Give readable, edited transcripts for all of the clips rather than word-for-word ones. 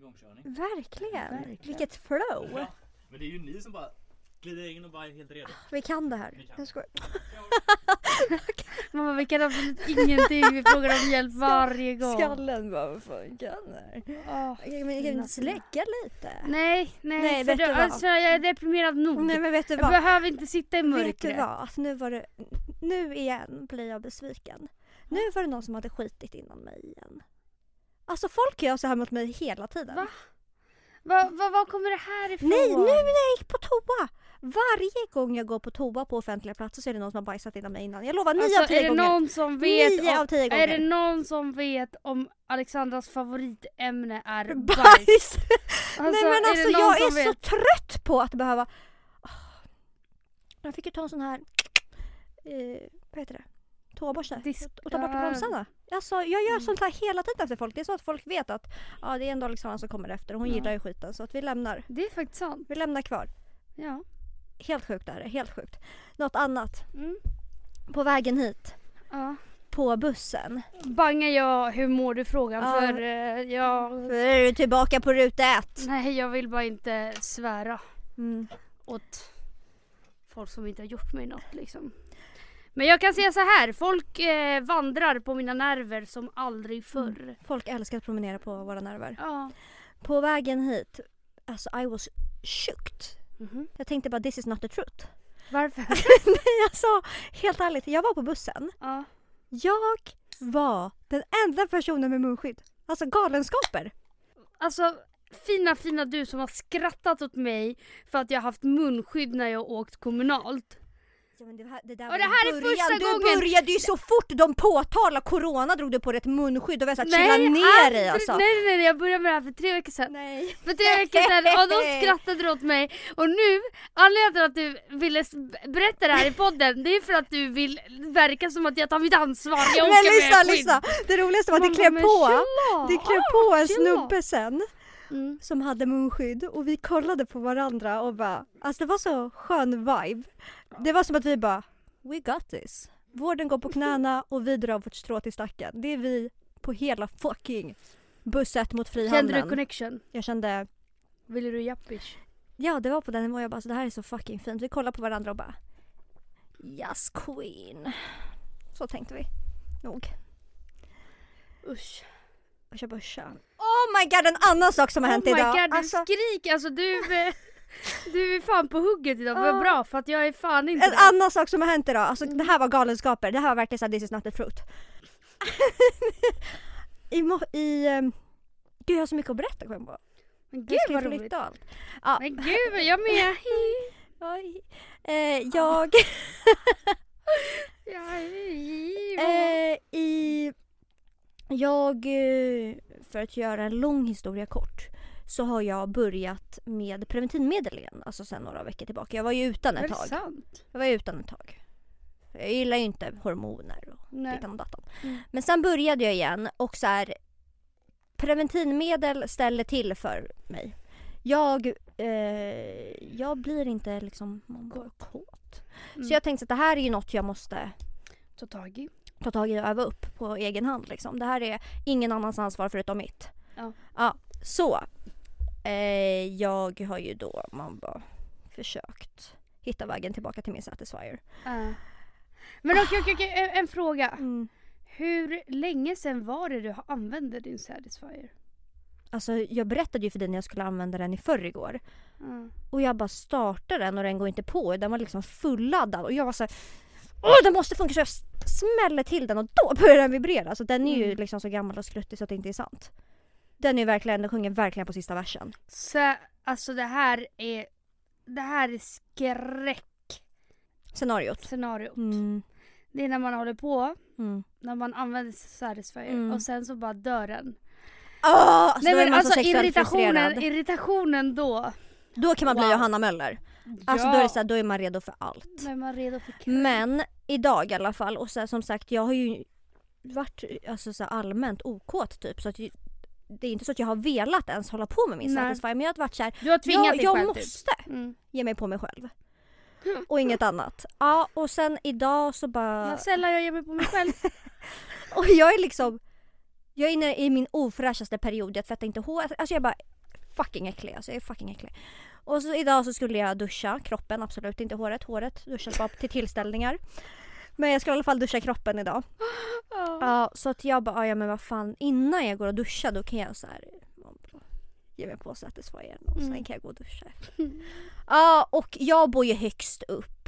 igångkörning. Verkligen. Vilket flow. Ja, men det är ju ni som bara glider in och bara är helt redo. Vi kan det här. Jag skojar. Mamma, vi kan absolut ingenting. Vi frågar om hjälp varje gång. Skallen bara, vad fan kan det här? Men kan du släcka lite? Nej, vet för du då, vad? alltså, jag är deprimerad nog. Nej, men vet du Jag vad? behöver inte sitta i Vet mörkret. du vad? Alltså, nu igen blir jag besviken. Nu var det någon som hade skitit innan mig igen. Alltså folk gör så här mot mig hela tiden. Va? Vad kommer det här ifrån? Nej, nu när jag gick på toa. Varje gång jag går på toa på offentliga platser så är det någon som har bajsat innan mig innan. Jag lovar 9 av 10 gånger. Någon som vet 9 av 10 gånger. Är det någon som vet om Alexandras favoritämne är bajs? Bajs! Alltså, Nej men alltså någon jag som är så vet? trött på att behöva... Jag fick ju ta en sån här... vad heter det? Toaborste. Och ta bort bromsarna. Alltså, jag gör sånt här hela tiden efter folk. Det är så att folk vet att det är ändå Alexandra som kommer efter. Hon gillar ju skiten så att vi lämnar. Det är faktiskt sant. Vi lämnar kvar. Ja. Helt sjukt är det, helt sjukt. Något annat. Mm. På vägen hit. Ja. På bussen. Bangar jag hur mår du frågan för jag... För är du tillbaka på ruta 1. Nej, jag vill bara inte svära åt folk som inte har gjort mig något liksom. Men jag kan säga så här, folk vandrar på mina nerver som aldrig förr. Folk älskar att promenera på våra nerver. Ja. På vägen hit, alltså I was shocked. Mhm. Jag tänkte bara this is not the truth. Varför? Nej, alltså helt ärligt, jag var på bussen. Ja. Jag var den enda personen med munskydd. Alltså galenskaper. Alltså fina du som har skrattat åt mig för att jag har haft munskydd när jag har åkt kommunalt. Ja, men det där Och det här är första gången. Du började ju så fort de påtalar corona drog du på ett munskydd och var så här, chilla ner dig alltså. Nej, jag började med det här för 3 veckor sedan. Nej. För 3 veckor sedan och då skrattade du åt mig. Och nu, anledningen till att du ville berätta det här i podden, det är för att du vill verka som att jag tar mitt ansvar. Jag åker med lyssna. Det roligaste var att det klev på en snubbe sen. Som hade munskydd och vi kollade på varandra och bara, alltså det var så skön vibe. Det var som att vi bara, we got this. Vården går på knäna och vi drar vårt strå till stacken. Det är vi på hela fucking busset mot frihandeln. Kände du connection? Jag kände, ville du jappish? Ja, det var på den nivån jag bara, så det här är så fucking fint. Vi kollade på varandra och bara, yes queen. Så tänkte vi nog. Usch. Jag bara, oh my god, en annan sak som har hänt idag. Oh my god, du alltså, skrik. Alltså du är fan på hugget idag. Vad bra, för att jag är fan inte en annan sak som har hänt idag. Alltså det här var galenskaper. Det här var verkligen så här, this is not the truth. Gud, jag har så mycket att berätta. Men gud vad roligt. Ja. Men gud, jag med. För att göra en lång historia kort så har jag börjat med preventivmedel igen, alltså sen några veckor tillbaka. Jag var ju utan ett tag. Jag gillar ju inte hormoner och ditan och datan. Men sen började jag igen och så här, preventivmedel ställer till för mig. Jag blir inte liksom kåt. Så jag tänkte att det här är ju något jag måste ta tag i och öva upp på egen hand liksom. Det här är ingen annans ansvar förutom mitt. Ja, så jag har ju då försökt hitta vägen tillbaka till min Satisfyer. Men okej, en fråga. Hur länge sedan var det du använde din Satisfyer? Alltså jag berättade ju för dig när jag skulle använda den i förrgår. Och jag bara startade den och den går inte på. Den var liksom fulladdad och jag var så här, den måste funka, så jag smäller till den och då börjar den vibrera. Så den är ju liksom så gammal och skruttig så att det inte är sant. Den sjunger verkligen på sista versen. Så alltså det här är skräck scenariot. Det är när man håller på, när man använder Satisfyer och sen så bara dör den. Nej, men alltså irritationen då. Då kan man bli Johanna Möller. Alltså då är det så här, då är man redo för allt. Men man är redo för krig. Men idag i alla fall, och så här, som sagt, jag har ju varit alltså, så här, allmänt okåt typ, så att det är inte så att jag har velat ens hålla på med min Satisfyer, men jag har varit så här, du har tvingat dig jag själv, måste ge mig på mig själv. Och inget annat. Ja, och sen idag så bara... Jag sällan jag ger mig på mig själv. Och jag är liksom... Jag är inne i min ofräschaste period. Jag tvättar inte hår. Alltså jag bara... fucking äcklig. Alltså jag är fucking äcklig. Och så idag så skulle jag duscha kroppen, absolut inte håret. Håret duschas bara till tillställningar. Men jag skulle i alla fall duscha kroppen idag. Ja, så att jag bara, ja men vad fan, innan jag går och duschar då kan jag så här ge mig på Satisfyer och sen kan jag gå och duscha. Ja, och jag bor ju högst upp.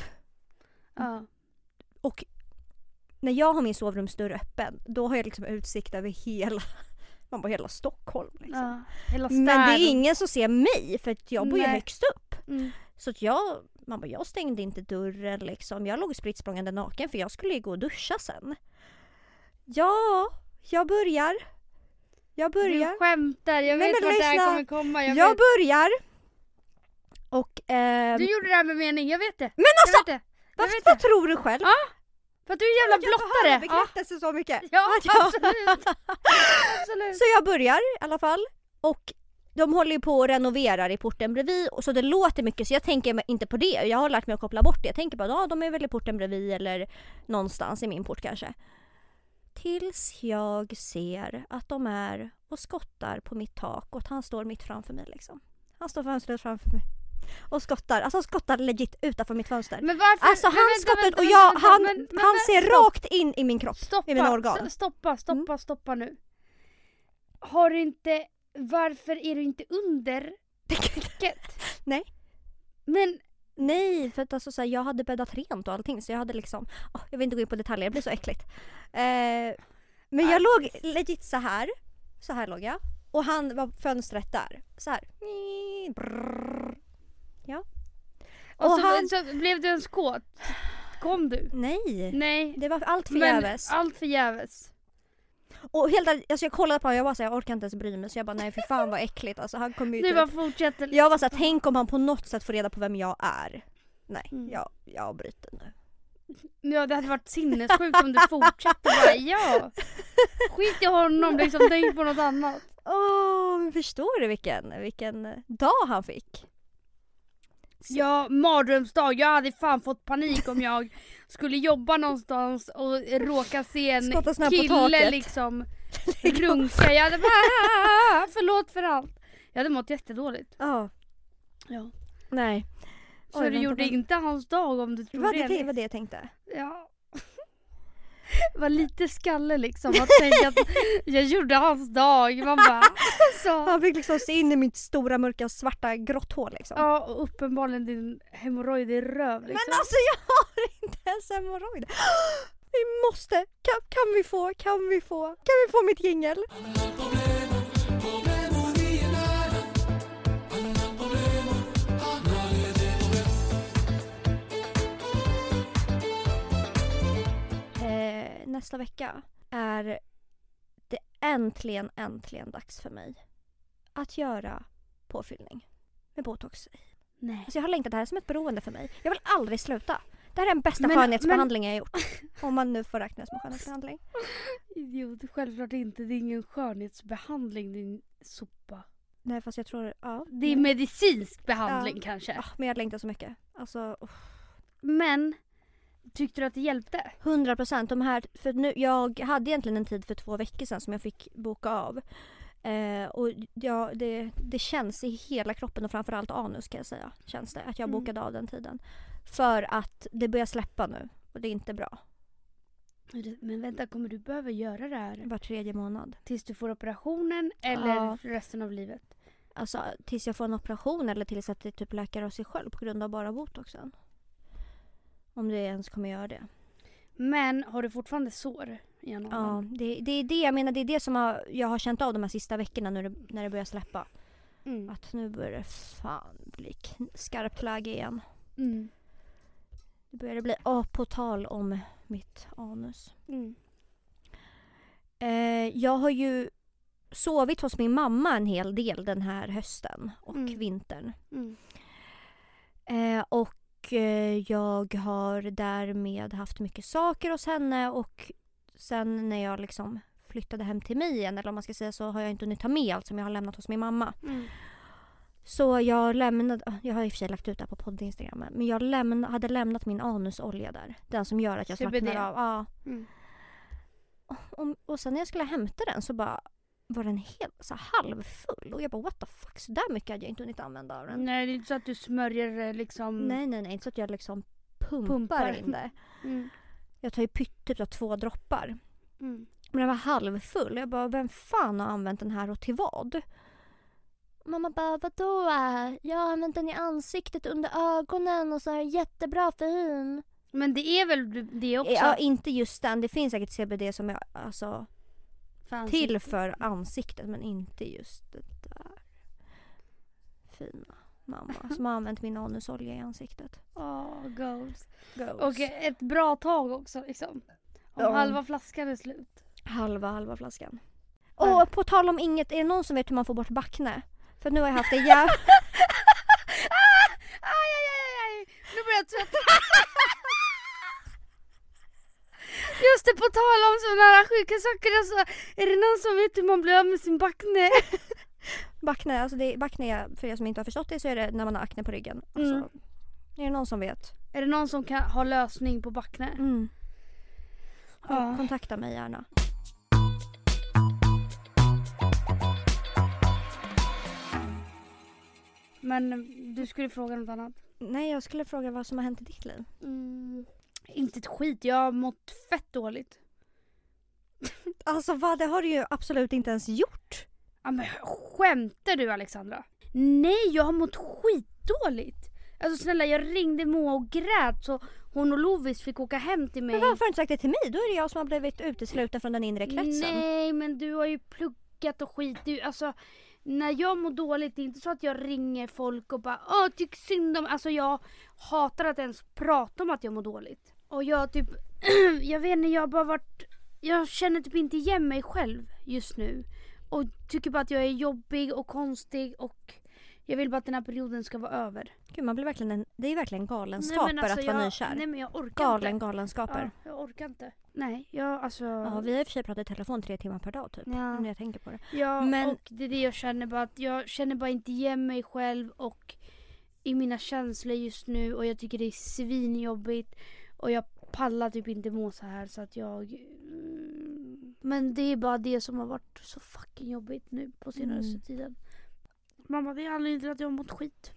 Och när jag har min sovrumsdörr öppen, då har jag liksom utsikt över hela Stockholm liksom. Hela men det är ingen som ser mig för att jag bor ju högst upp. Så att jag stängde inte dörren liksom. Jag låg spritt språngande naken för jag skulle ju gå och duscha sen. Ja, jag börjar. Du skämtar, jag vet vart det här kommer komma. Jag börjar. Och du gjorde det här med mening, jag vet det. Men alltså, vad tror du själv? Ja, för att du är en jävla blottare. Jag bekräftelse så mycket. Ja, absolut. Så jag börjar i alla fall. Och de håller ju på och renoverar i porten bredvid. Och så det låter mycket så jag tänker inte på det. Jag har lärt mig att koppla bort det. Jag tänker bara, de är väl i porten bredvid eller någonstans i min port kanske. Tills jag ser att de är och skottar på mitt tak. Och han står mitt framför mig liksom. Han står fönstret framför mig. Och skottar. Alltså han skottar legit utanför mitt fönster. Men varför? Alltså han skottar och han ser rakt in i min kropp. I mina organ. Stoppa nu. Har du inte... Varför är du inte under täcket? Nej. Men... Nej, för att alltså, så här, jag hade bäddat rent och allting. Så jag hade liksom... jag vill inte gå in på detaljer, det blir så äckligt. Men jag låg legit så här. Så här låg jag. Och han var fönstret där. Så här. Ja. Och så blev du en skåt. Kom du? Nej. Det var allt förgäves. Allt förgäves. Och helt alltså jag kollade på honom, jag var så här, jag orkar inte ens bry mig. Så jag bara, nej för fan vad äckligt. Alltså han kommer ju du bara fortsätter. Jag var så här, tänk om han på något sätt får reda på vem jag är. Nej, jag bryter nu. Ja, det hade varit sinnessjukt om du fortsätter bara, ja. Skit i honom, liksom, tänk på något annat. Men förstår du vilken dag han fick? Ja, mardrömsdag. Jag hade fan fått panik om jag skulle jobba någonstans och råka se en kille liksom runka. Jag hade bara, förlåt för allt. Jag hade mått jättedåligt. Ja. Nej. Så du gjorde inte hans dag om du trodde det var det jag tänkte. Ja. Det var lite skalle liksom att tänka att jag gjorde hans dag. Man bara, så. Han fick liksom se in i mitt stora mörka svarta gråtthål liksom. Ja, och uppenbarligen din hemorrojd i röv liksom. Men alltså jag har inte ens hemorrojd. Vi måste, kan vi få mitt jingel? Nästa vecka är det äntligen dags för mig att göra påfyllning med botox. Nej. Alltså jag har längtat, det här som ett beroende för mig. Jag vill aldrig sluta. Det här är den bästa skönhetsbehandlingen jag gjort. Om man nu får räkna som skönhetsbehandling. Idiot, självklart inte. Det är ingen skönhetsbehandling, din sopa. Nej, fast jag tror, det är medicinsk behandling kanske. Ja, men jag längtar så mycket. Alltså, Men tyckte du att det hjälpte? 100%. De här, för nu, jag hade egentligen en tid för 2 veckor sedan som jag fick boka av. Och ja, det känns i hela kroppen och framförallt anus kan jag säga. Känns det att jag bokade av den tiden. För att det börjar släppa nu och det är inte bra. Men vänta, kommer du behöva göra det här? Var 3:e månad. Tills du får operationen eller för resten av livet? Alltså tills jag får en operation eller tills att det typ läker av sig själv på grund av bara botoxen. Om det ens kommer göra det. Men har du fortfarande sår i analen? Ja, det är det jag menar. Det är det som jag har känt av de här sista veckorna när det börjar släppa. Att nu börjar det fan bli skarpt läge igen. Det börjar bli på tal om mitt anus. Jag har ju sovit hos min mamma en hel del den här hösten och vintern. Och jag har därmed haft mycket saker hos henne och sen när jag liksom flyttade hem till mig igen, eller om man ska säga, så har jag inte hunnit ta med allt som jag har lämnat hos min mamma. Så jag har i och för sig lagt ut det på podd-instagrammen, men jag hade lämnat min anusolja där. Den som gör att jag slappnar av. Ja. Och sen när jag skulle hämta den så bara, var den helt så halvfull. Och jag bara, what the fuck, så där mycket hade jag inte hunnit använda av den. Nej, det är inte så att du smörjer liksom... Nej, inte så att jag liksom pumpar in det. Jag tar ju typ 2 droppar. Men den var halvfull. Jag bara, vem fan har använt den här och till vad? Mamma bara, vadå? Jag har använt den i ansiktet under ögonen och så här, jättebra fin. Men det är väl det också? Ja, inte just den. Det finns säkert CBD som är alltså till för ansiktet, men inte just det där fina mamma som har använt min anusolja i ansiktet. Goals. Och ett bra tag också liksom. Om halva flaskan är slut. Halva flaskan. Och på tal om inget, är det någon som vet hur man får bort bakne? För nu har jag haft det aj. Nu börjar jag trött. Just det, på tal om sådana här sjuka saker, alltså, är det någon som vet hur man blir av med sin bakne? Bakne, alltså bakne, för er som inte har förstått det, så är det när man har akne på ryggen. Alltså, är det någon som vet? Är det någon som kan ha lösning på bakne? Kontakta mig gärna. Men du skulle fråga något annat? Nej, jag skulle fråga vad som har hänt i ditt liv. Inte ett skit, jag har mått fett dåligt. Alltså vad, det har du ju absolut inte ens gjort. Ja, men skämtar du, Alexandra? Nej, jag har mått skitdåligt. Alltså snälla, jag ringde Moa och grät så hon och Lovis fick åka hem till mig. Men varför har du inte sagt det till mig? Då är det jag som har blivit utesluten från den inre kretsen. Nej, men du har ju pluggat och skit. Alltså, när jag mår dåligt, det är inte så att jag ringer folk och bara tyck synd om. Alltså jag hatar att ens prata om att jag mår dåligt. Och jag typ, jag vet inte, jag känner typ inte igen mig själv just nu. Och tycker bara att jag är jobbig och konstig och jag vill bara att den här perioden ska vara över. Gud, man blir verkligen det är verkligen galenskaper att vara nykär. Nej, men jag orkar inte. Galenskaper. Ja, jag orkar inte. Nej, jag alltså... Ja, vi har i och för sig pratat i telefon 3 timmar per dag typ. Ja. När jag tänker på det. Ja, men... och det är det jag känner bara, att jag känner bara inte igen mig själv och i mina känslor just nu, och jag tycker det är svinjobbigt och jag pallar typ inte må så här, så att jag... Men det är bara det som har varit så fucking jobbigt nu på senaste tiden. Mamma, det är anledningen till att jag har mått skit.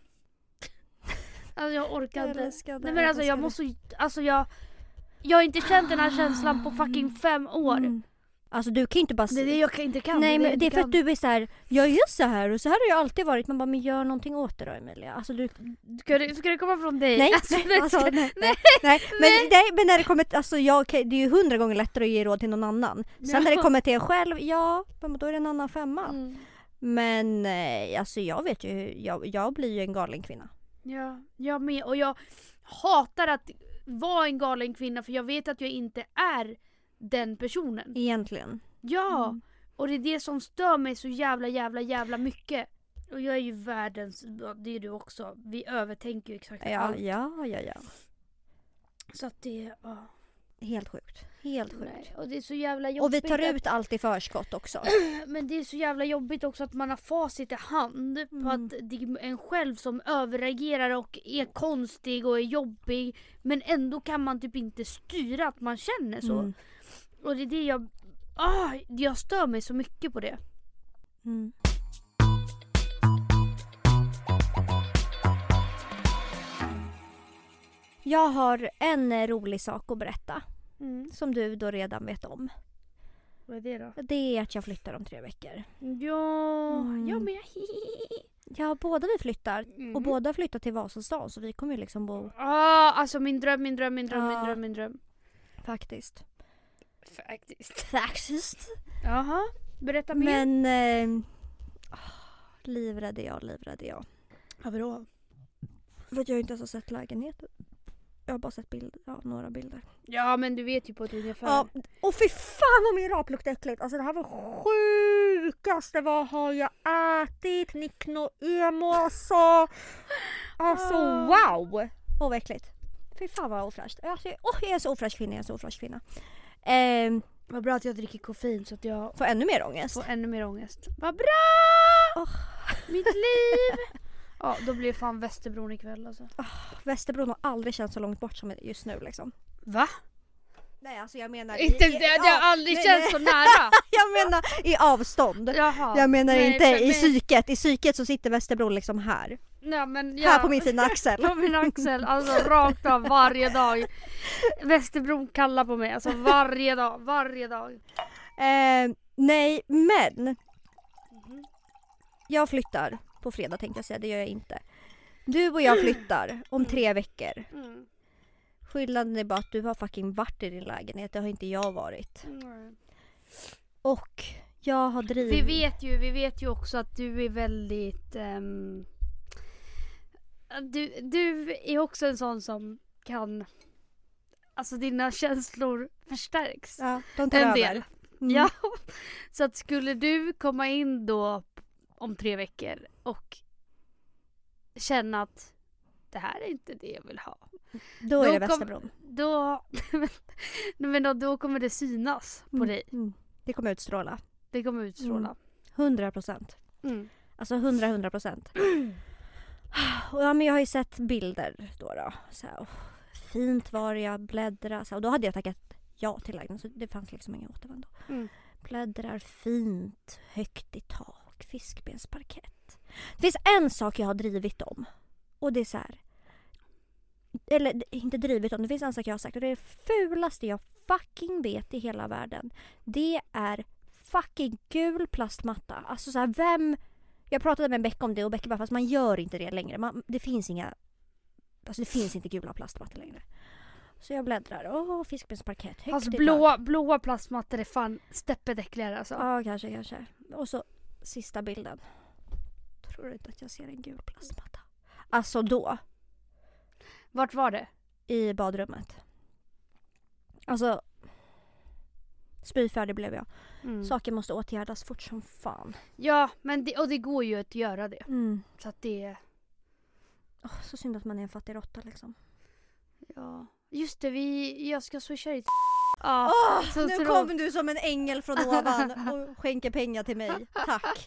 Alltså jag orkar inte. Nej, men alltså jag måste, alltså jag har inte känt den här känslan på fucking 5 år. Alltså du kan ju inte bara... Det är det jag inte kan. Nej, men det är för att du är så här, jag är så här och så här har jag alltid varit. Man bara, men gör någonting åt det då, Emilia. Alltså du... Ska det komma från dig? Nej, alltså, nej. Men när det kommer, alltså det är ju 100 gånger lättare att ge råd till någon annan. Sen när det kommer till er själv, då är det en annan femma. Men alltså jag vet ju, jag blir ju en galen kvinna. Ja, jag med. Och jag hatar att vara en galen kvinna, för jag vet att jag inte är den personen. Egentligen. Ja, och det är det som stör mig så jävla mycket. Och jag är ju världens, det är du också. Vi övertänker ju exakt allt. Ja. Så att det Helt sjukt. Helt sjukt. Nej, och det är så jävla jobbigt. Och vi tar ut allt i förskott också. Men det är så jävla jobbigt också att man har facit i hand på att det är en själv som överreagerar och är konstig och är jobbig, men ändå kan man typ inte styra att man känner så. Och det är det jag stör mig så mycket på det. Jag har en rolig sak att berätta. Som du då redan vet om. Vad är det då? Det är att jag flyttar om 3 veckor. Ja, jag med. Ja, båda vi flyttar. Och båda flyttar till Vasastan, så vi kommer ju liksom bo... Alltså min dröm. Faktiskt. Jaha, berätta mer. Men... livrädd är jag. Ja, vadå? För att jag inte ens har sett lägenheten. Jag har bara sett några bilder. Ja, men du vet ju på ett ungefär. Ja, och fy fan vad min raplukt är äckligt. Alltså det här var sjukaste. Vad har jag ätit? Nickno emo alltså. Alltså wow. Vad äckligt. Fy fan vad ofräscht. Alltså, jag är så ofräsch kvinna. Vad bra att jag dricker koffein så att jag får ännu mer ångest. Vad bra! Mitt liv! Ja, då blir fan Västerbron ikväll alltså. Västerbron har aldrig känts så långt bort som just nu liksom. Va? Nej, alltså jag menar Inte, det har aldrig känts så nära. Jag menar i avstånd. Jaha. Jag menar Nej, inte men- i psyket. I psyket så sitter Västerbro liksom här. Ja, men Här på min fina axel. På min axel, alltså rakt av varje dag. Västerbro kallar på mig, alltså varje dag. Nej, men jag flyttar på fredag tänkte jag säga, det gör jag inte. Du och jag flyttar om 3 veckor. Mm. Skillnaden är bara att du har fucking varit i din lägenhet, det har inte jag varit. Mm. Och jag har drivit... Vi vet ju också att du är väldigt... du är också en sån som kan... Alltså dina känslor förstärks. Ja, de tar En över. del. Mm. Ja, så att skulle du komma in då om 3 veckor och känna att det här är inte det jag vill ha. Då är Då det kom- Västerbro. Då kommer det synas på dig. Mm. Det kommer utstråla. Det kommer utstråla. 100%. Mm. Alltså 100%. Och ja, men jag har ju sett bilder då. Så här, fint var det, jag bläddrar. Så här, och då hade jag tackat ja till lägenheten, så det fanns liksom ingen återvändo. Mm. Bläddrar fint, högt i tak, fiskbensparkett. Det finns en sak jag har drivit om. Och det är så här. Eller inte drivit om, det finns en sak jag har sagt. Och det är det fulaste jag fucking vet i hela världen. Det är fucking gul plastmatta. Alltså så här, vem... Jag pratade med Becka om det och Becka bara, fast man gör inte det längre. Det finns inga... Alltså det finns inte gula plastmattor längre. Så jag bläddrar. Fiskbensparkett. Högt Alltså i tak. blåa plastmattor är fan steppet äckligare alltså. Ja, kanske. Och så sista bilden. Tror du inte att jag ser en gul plastmatta? Alltså då. Vart var det? I badrummet. Alltså. Spyfärdig blev jag. Mm. Saker måste åtgärdas fort som fan. Ja, men det går ju att göra det. Så att det... Så synd att man är en fattig råtta liksom. Ja. Just det, jag ska swisha dit. Ja, så Nu kommer du som en ängel från ovan och skänker pengar till mig. Tack.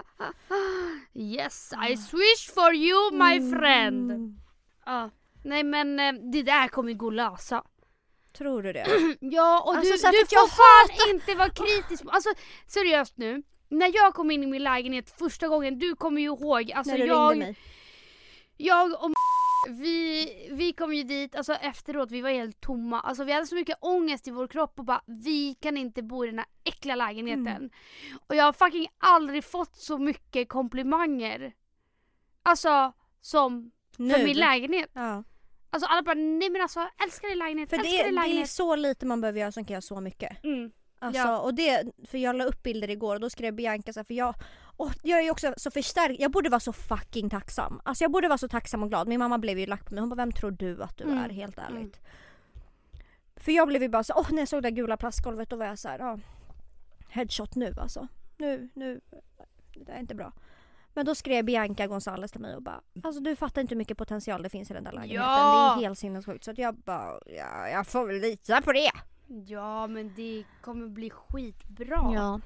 Yes, I swish for you my friend. Ja. Nej men det där kommer gå lösa. Tror du det? Ja, och Alltså, du så här, för att får fan inte vara kritisk. Alltså seriöst nu. När jag kom in i min lägenhet första gången, du kommer ju ihåg. Alltså När du ringde mig. Jag och vi kom ju dit, alltså efteråt, vi var helt tomma. Alltså vi hade så mycket ångest i vår kropp och bara, vi kan inte bo i den här äckliga lägenheten. Och jag har fucking aldrig fått så mycket komplimanger. Alltså, som för min lägenhet. Ja. Alltså alla bara, nej men alltså, älskar din lägenhet, För älskar din det är lägenhet. så lite man behöver göra som kan göra så mycket. Alltså, Ja. och för jag la upp bilder igår och då skrev Bianca så här, för jag är ju också så förstärkt. Jag borde vara så fucking tacksam. Alltså jag borde vara så tacksam och glad. Min mamma blev ju lack på mig. Hon bara, vem tror du att du är, helt ärligt? För jag blev ju bara så, när jag såg det gula plastgolvet då var jag så här, headshot nu alltså. Nu, det är inte bra. Men då skrev Bianca Gonzales till mig och bara, alltså du fattar inte hur mycket potential det finns i den där lägenheten. Ja! Det är helt sinnessjukt. Så att jag bara, jag får väl lita på det. Ja, men det kommer bli skitbra. Ja.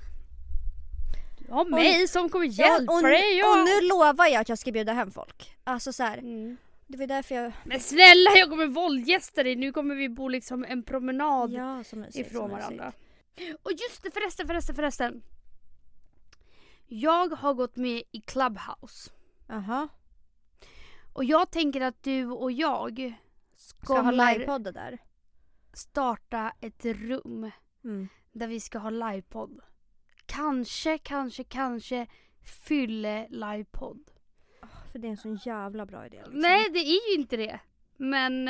Ja, mig som kommer hjälpa dig. Och nu lovar jag att jag ska bjuda hem folk. Alltså så här, det var därför jag... Men snälla, jag kommer våldgästa dig. Nu kommer vi bo liksom en promenad så mysigt, ifrån så mysigt. varandra. Och just det, förresten. Jag har gått med i Clubhouse. Aha. Och jag tänker att du och jag Ska ha livepodd där. starta ett rum där vi ska ha livepodd. Kanske fylle livepodd. För det är en sån jävla bra idé. Liksom. Nej, det är ju inte det. Men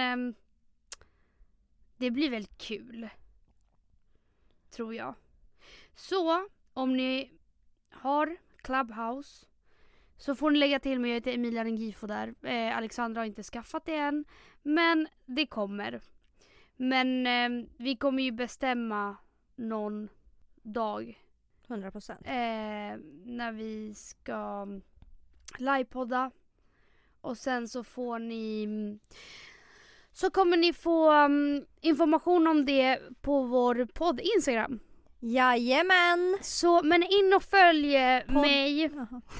det blir väl kul. Tror jag. Så om ni har Clubhouse så får ni lägga till mig. Jag heter Emilia Rengifo där. Alexandra har inte skaffat det än. Men det kommer. Men vi kommer ju bestämma någon dag. 100%. När vi ska livepodda. Och sen så får ni... Så kommer ni få information om det på vår podd Instagram. Jajamän! Så, men in och följ mig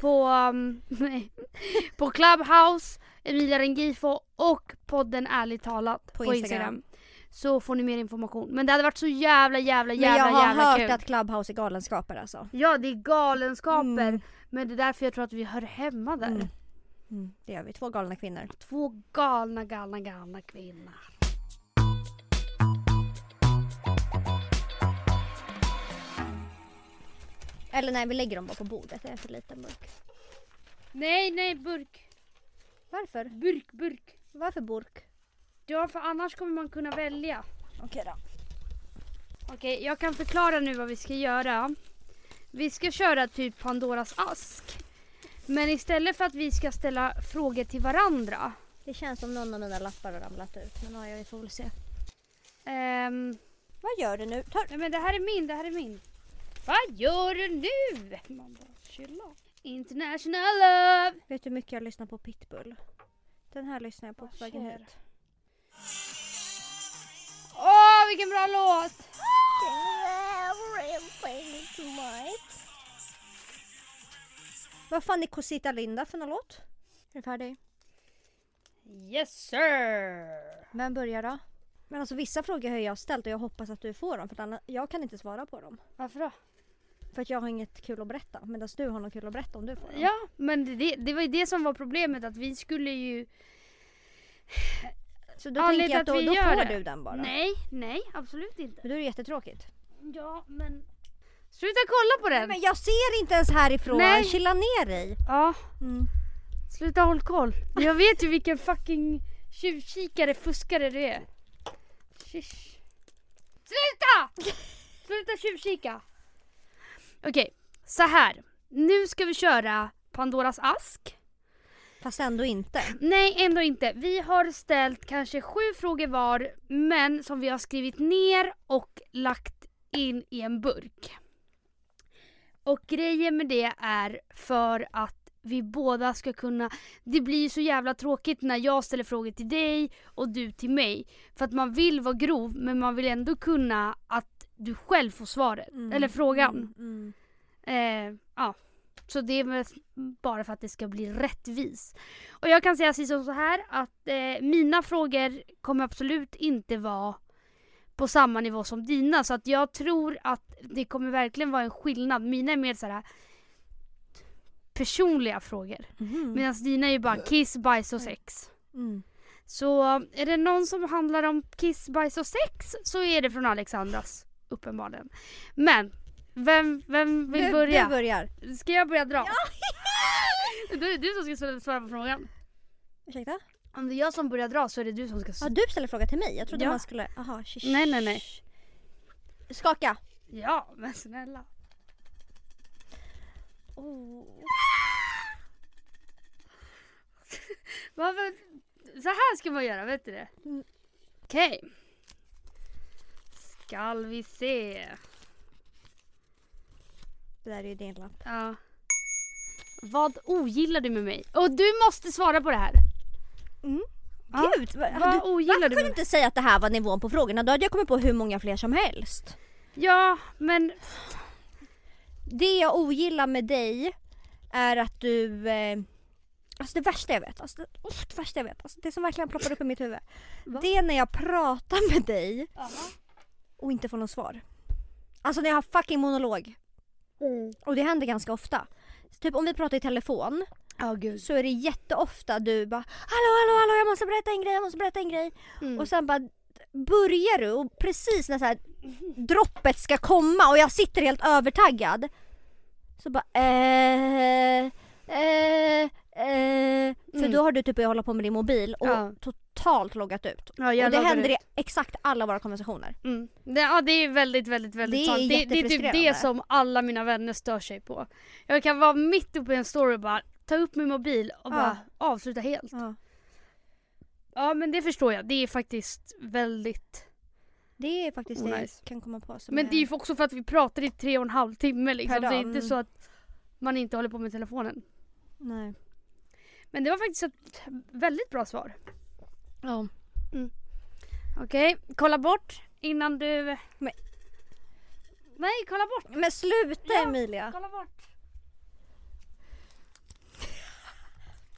på Clubhouse, Emilia Rengifo och podden Ärligt talat på Instagram. så får ni mer information. Men det hade varit så jävla Men jag har hört kul. att Clubhouse är galenskaper alltså. Ja, det är galenskaper. Men det är därför jag tror att vi hör hemma där. Det gör vi, 2 galna kvinnor. 2 galna kvinnor. Eller nej, vi lägger dem bara på bordet. Det är för liten burk. Nej, burk. Varför? Burk. Varför burk? Ja, för annars kommer man kunna välja. Okej då. Okej, jag kan förklara nu vad vi ska göra. Vi ska köra typ Pandoras ask. Men istället för att vi ska ställa frågor till varandra. Det känns som någon av mina lappar har ramlat ut. Men jag får väl se. Vad gör du nu? Nej, men det här är min. Vad gör du nu? Man bara, chilla. International love. Vet du hur mycket jag lyssnar på Pitbull? Den här lyssnar jag på vägen hit. Åh, vilken bra låt! Vad fan är Cosita Linda för någon låt? Är du färdig? Yes sir! Vem börjar då? Men alltså vissa frågor har jag ställt och jag hoppas att du får dem. För jag kan inte svara på dem. Varför då? För att jag har inget kul att berätta. Medan du har något kul att berätta om du får dem. Ja, men det var ju det som var problemet. Att vi skulle ju... Så då tänker jag att då får du den bara. Nej, absolut inte. Men då är det jättetråkigt. Ja, men... Sluta kolla på den! Men jag ser inte ens härifrån. Nej. Chilla ner dig. Ja. Sluta håll koll. Jag vet ju vilken fucking tjuvkikare, fuskare du är. Shish. Sluta tjuvkika! Okej, så här. Nu ska vi köra Pandoras ask. Fast ändå inte. Nej, ändå inte. Vi har ställt kanske 7 frågor var, men som vi har skrivit ner och lagt in i en burk. Och grejen med det är för att vi båda ska kunna... Det blir så jävla tråkigt när jag ställer frågor till dig och du till mig. För att man vill vara grov, men man vill ändå kunna att du själv får svaret. Eller frågan. Ja. Så det är bara för att det ska bli rättvis. Och jag kan säga så här att mina frågor kommer absolut inte vara på samma nivå som dina. Så att jag tror att det kommer verkligen vara en skillnad. Mina är mer så här personliga frågor. Medan dina är ju bara kiss, bajs och sex. Så är det någon som handlar om kiss, bajs och sex så är det från Alexandras uppenbarligen. Men vem vill börja? Du börjar. Ska jag börja dra? Ja! Då är det du som ska svara på frågan. Ursäkta? Om det är jag som börjar dra så är det du som ska svara. Ja, du ställer fråga till mig. Jag trodde man skulle... Aha, Nej. Skaka. Ja, men snälla. Så här ska man göra, vet du det? Okej. Skall vi se. Det där är ju din lapp. Ja. Vad ogillar du med mig? Och du måste svara på det här. Gud, vad ogillar varför du? kunde du inte säga att det här var nivån på frågorna? Då hade jag kommit på hur många fler som helst. Ja, men... Det jag ogillar med dig är att du... Alltså det värsta jag vet. Det som verkligen ploppar upp i mitt huvud. Va? Det är när jag pratar med dig och inte får någon svar. Alltså när jag har fucking monolog. Och det händer ganska ofta. Så typ om vi pratar i telefon så är det jätteofta du bara hallå, jag måste berätta en grej. Och sen bara börjar du och precis när så här droppet ska komma och jag sitter helt övertaggad så bara för då har du typ börjat hålla på med din mobil och totalt loggat ut. Ja, och det händer i exakt alla våra konversationer. Det är väldigt sant. Det är typ det som alla mina vänner stör sig på. Jag kan vara mitt uppe i en story och bara ta upp min mobil och bara avsluta helt. Ja, men det förstår jag. Det är faktiskt väldigt... Det är faktiskt det jag kan komma på. Men det är ju också för att vi pratar i 3,5 timmar liksom. Det är inte så att man inte håller på med telefonen. Nej. Men det var faktiskt ett väldigt bra svar. Ja. Okej, kolla bort innan du... Men... Nej, kolla bort. Men sluta Emilia. Kolla bort.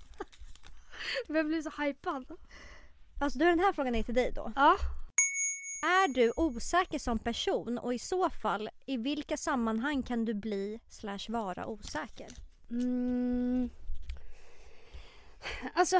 Vem blir så hypad? Alltså den här frågan är till dig då. Ja. Är du osäker som person och i så fall i vilka sammanhang kan du bli / vara osäker? Alltså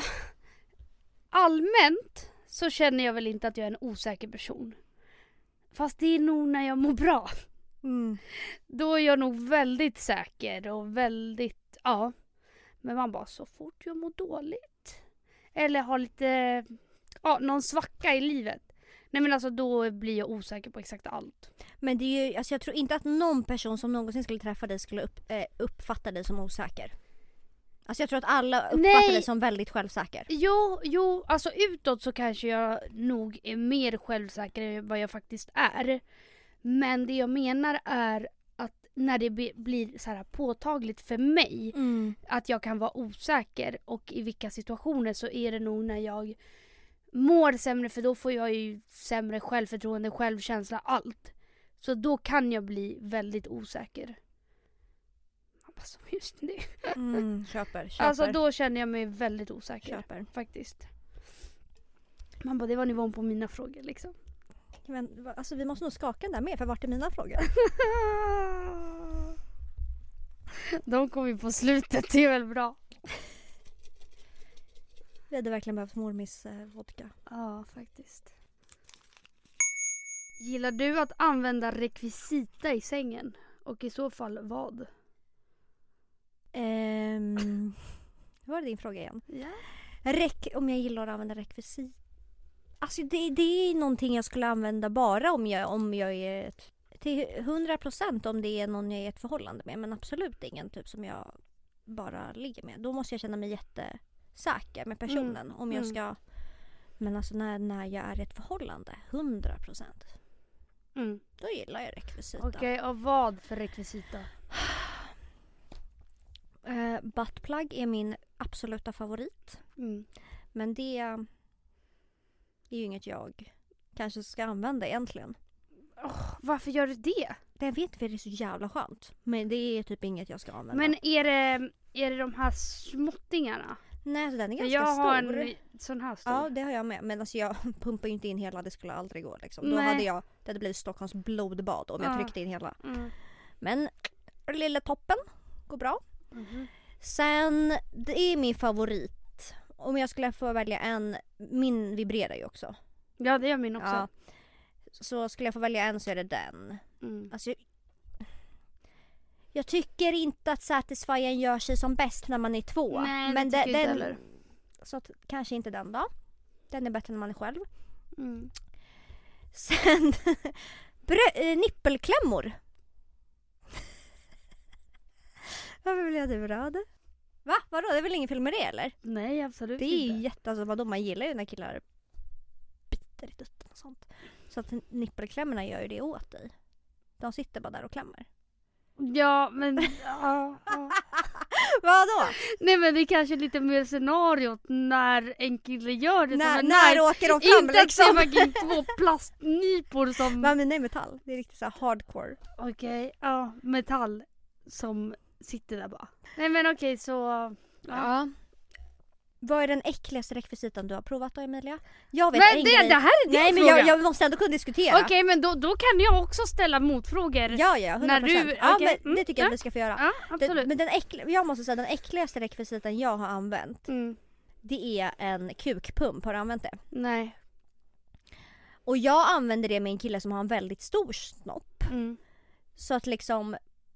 allmänt så känner jag väl inte att jag är en osäker person. Fast det är nog när jag mår bra. Då är jag nog väldigt säker och väldigt, ja. Men man bara, så fort jag mår dåligt eller har lite, någon svacka i livet. Nej men alltså då blir jag osäker på exakt allt. Men det är ju, alltså jag tror inte att någon person som någonsin skulle träffa dig skulle uppfatta dig som osäker. Alltså jag tror att alla uppfattar dig som väldigt självsäker. Jo, alltså utåt så kanske jag nog är mer självsäker än vad jag faktiskt är. Men det jag menar är att när det blir så här påtagligt för mig att jag kan vara osäker och i vilka situationer så är det nog när jag mår sämre, för då får jag ju sämre självförtroende, självkänsla, allt. Så då kan jag bli väldigt osäker. Som just nu. Köper. Alltså då känner jag mig väldigt osäker. Köper. Faktiskt. Man bara, det var nivån på mina frågor liksom. Men alltså vi måste nog skaka den där mer, för vart är mina frågor? De kom ju på slutet, det är väl bra. Vi hade verkligen behövt mormis vodka. Ja, faktiskt. Gillar du att använda rekvisita i sängen? Och i så fall vad? Var det din fråga igen? Ja. Om jag gillar att använda rekvisit. Alltså det är någonting jag skulle använda bara om jag är till 100% om det är någon jag är i ett förhållande med. Men absolut ingen typ som jag bara ligger med. Då måste jag känna mig jättesäker med personen. Om jag ska. Men alltså när jag är i ett förhållande 100%. Då gillar jag rekvisita. Okej, och vad för rekvisita? Buttplug är min absoluta favorit. Men det är ju inget jag kanske ska använda egentligen. Varför gör du det? Jag vet inte, för det är så jävla skönt. Men det är typ inget jag ska använda. Men är det de här småttingarna? Nej, så den är ganska jag stor. Jag har en sån här stor. Ja, det har jag med. Men alltså jag pumpar ju inte in hela, det skulle aldrig gå liksom. Då hade det blivit Stockholms blodbad om jag tryckte in hela. Men lilla toppen går bra. Sen, det är min favorit. Om jag skulle få välja en, min vibrerar ju också. Ja, det gör min också. Ja. Så skulle jag få välja en så är det den. Alltså, jag tycker inte att Satisfyern gör sig som bäst när man är två. Nej, men det tycker jag inte heller. Så att, kanske inte den då. Den är bättre när man är själv. Sen nippelklämmor. Varför vill jag det röd? Va? Vadå? Det är väl ingen fel med det eller? Nej, absolut inte. Det är inte. alltså vadå, man gillar ju när killar biter i dutten och sånt. Så att nippelklämmorna gör ju det åt dig. De sitter bara där och klämmer. Ja, men Vadå? Nej, men det är kanske lite mer scenariot när en kille gör det. När åker de fram inte liksom? Inte att det var 2 plastnypor som... Men nej, metall. Det är riktigt så här hardcore. Okej, ja, metall som sitter där bara. Nej men okej, så... Ja. Vad är den äckligaste rekvisitan du har provat då, Emilia? Jag vet men det här är din nej, fråga. Men jag måste ändå kunna diskutera. Okej, men då kan jag också ställa motfrågor. Ja, 100%. När du, ja, okay. Men det tycker jag att vi ska få göra. Ja, absolut. Men jag måste säga den äckligaste rekvisitan jag har använt. Det är en kukpump. Har du använt det? Nej. Och jag använder det med en kille som har en väldigt stor snopp. Så att liksom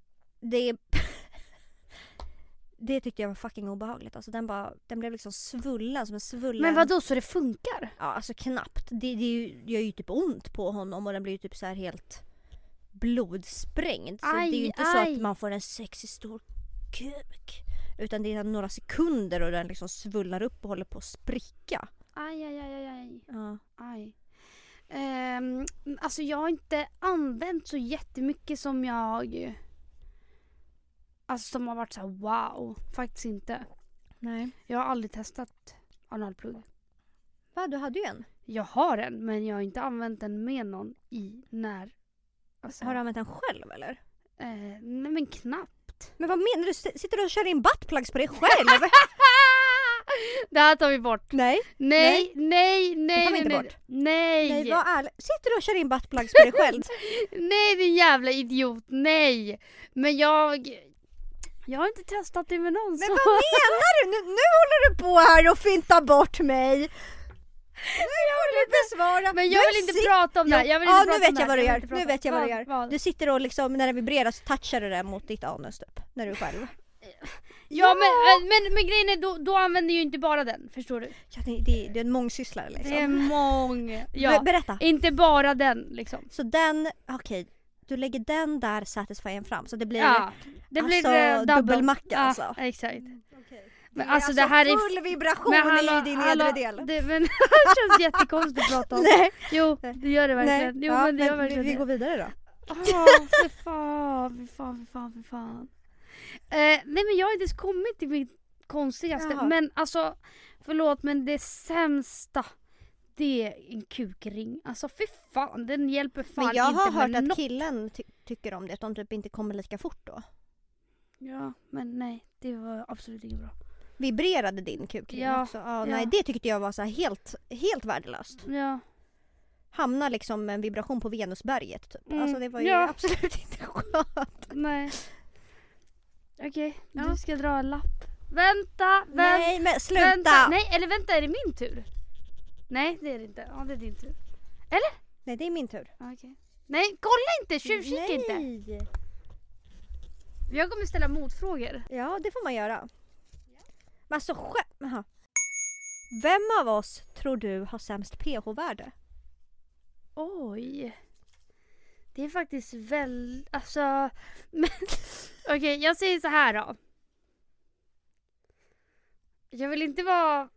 det tyckte jag var fucking obehagligt. Alltså den blev liksom svullen som en svullen. Men vadå, så det funkar? Ja, alltså knappt. Det gör ju typ ont på honom och den blir ju typ så här helt blodsprängd. Så det är ju inte så att man får en sexig stor kuk. Utan det är några sekunder och den liksom svullar upp och håller på att spricka. Aj. Ja. Aj. Alltså jag har inte använt så jättemycket som jag... Alltså som har varit så här, wow. Faktiskt inte. Nej. Jag har aldrig testat analplugg. Va, du hade ju en? Jag har en, men jag har inte använt den med någon när... Alltså, har du använt den själv eller? Nej men knappt. Men vad menar du? Sitter du och kör in buttplugs på dig själv? Det här tar vi bort. Nej. Nej. Det tar vi inte bort. Nej, vad ärlig. Sitter du och kör in buttplugs på dig själv? Nej, din jävla idiot. Nej. Men jag har inte testat det med någon. Men vad menar du? Nu håller du på här och fintar bort mig. Nu får du besvara. Men jag vill inte prata om det här. Nu vet jag vad du gör. Nu vet jag vad du gör. Du sitter och liksom, när det vibrerar så touchar du det mot ditt anus typ. När du själv. Ja, men grejen är då använder ju inte bara den, förstår du? Ja, det är en mångsysslare liksom. Det är ja. Berätta. Inte bara den liksom. Så den, okej. Du lägger den där Satisfyern fram så det blir det alltså, blir dubbelmacka alltså. Exakt. Okay. Men alltså det här är full vibration i din nedre del. Men det känns jättekonstigt att prata om. Nej. Jo, det gör det verkligen. Nej. Jo, men det gör verkligen vi går vidare då. Fy fan. Nej, men jag har inte ens kommit till mitt konstigaste. Jaha. Men alltså, förlåt, men det sämsta, det är en kukring. Alltså fy fan, den hjälper fan inte. Men jag har hört att killen tycker om det, att de typ inte kommer lika fort då. Ja, men nej, det var absolut inte bra. Vibrerade din kukring också? Ja. Nej, det tyckte jag var så här helt värdelöst. Ja. Hamna liksom med en vibration på Venusberget typ. Alltså det var ju absolut inte skönt. Nej. Okej, du ska dra en lapp. Vänta. Nej, men sluta. Vänta. Nej, eller vänta, är det min tur? Nej, det är det inte. Ja, det är din tur. Eller? Nej, det är min tur. Okej. Nej, kolla inte, tjuvkika inte. Jag kommer ställa motfrågor. Ja, det får man göra. Men alltså, vem av oss tror du har sämst pH-värde? Oj. Det är faktiskt alltså... Okej, jag säger så här då. Jag vill inte vara...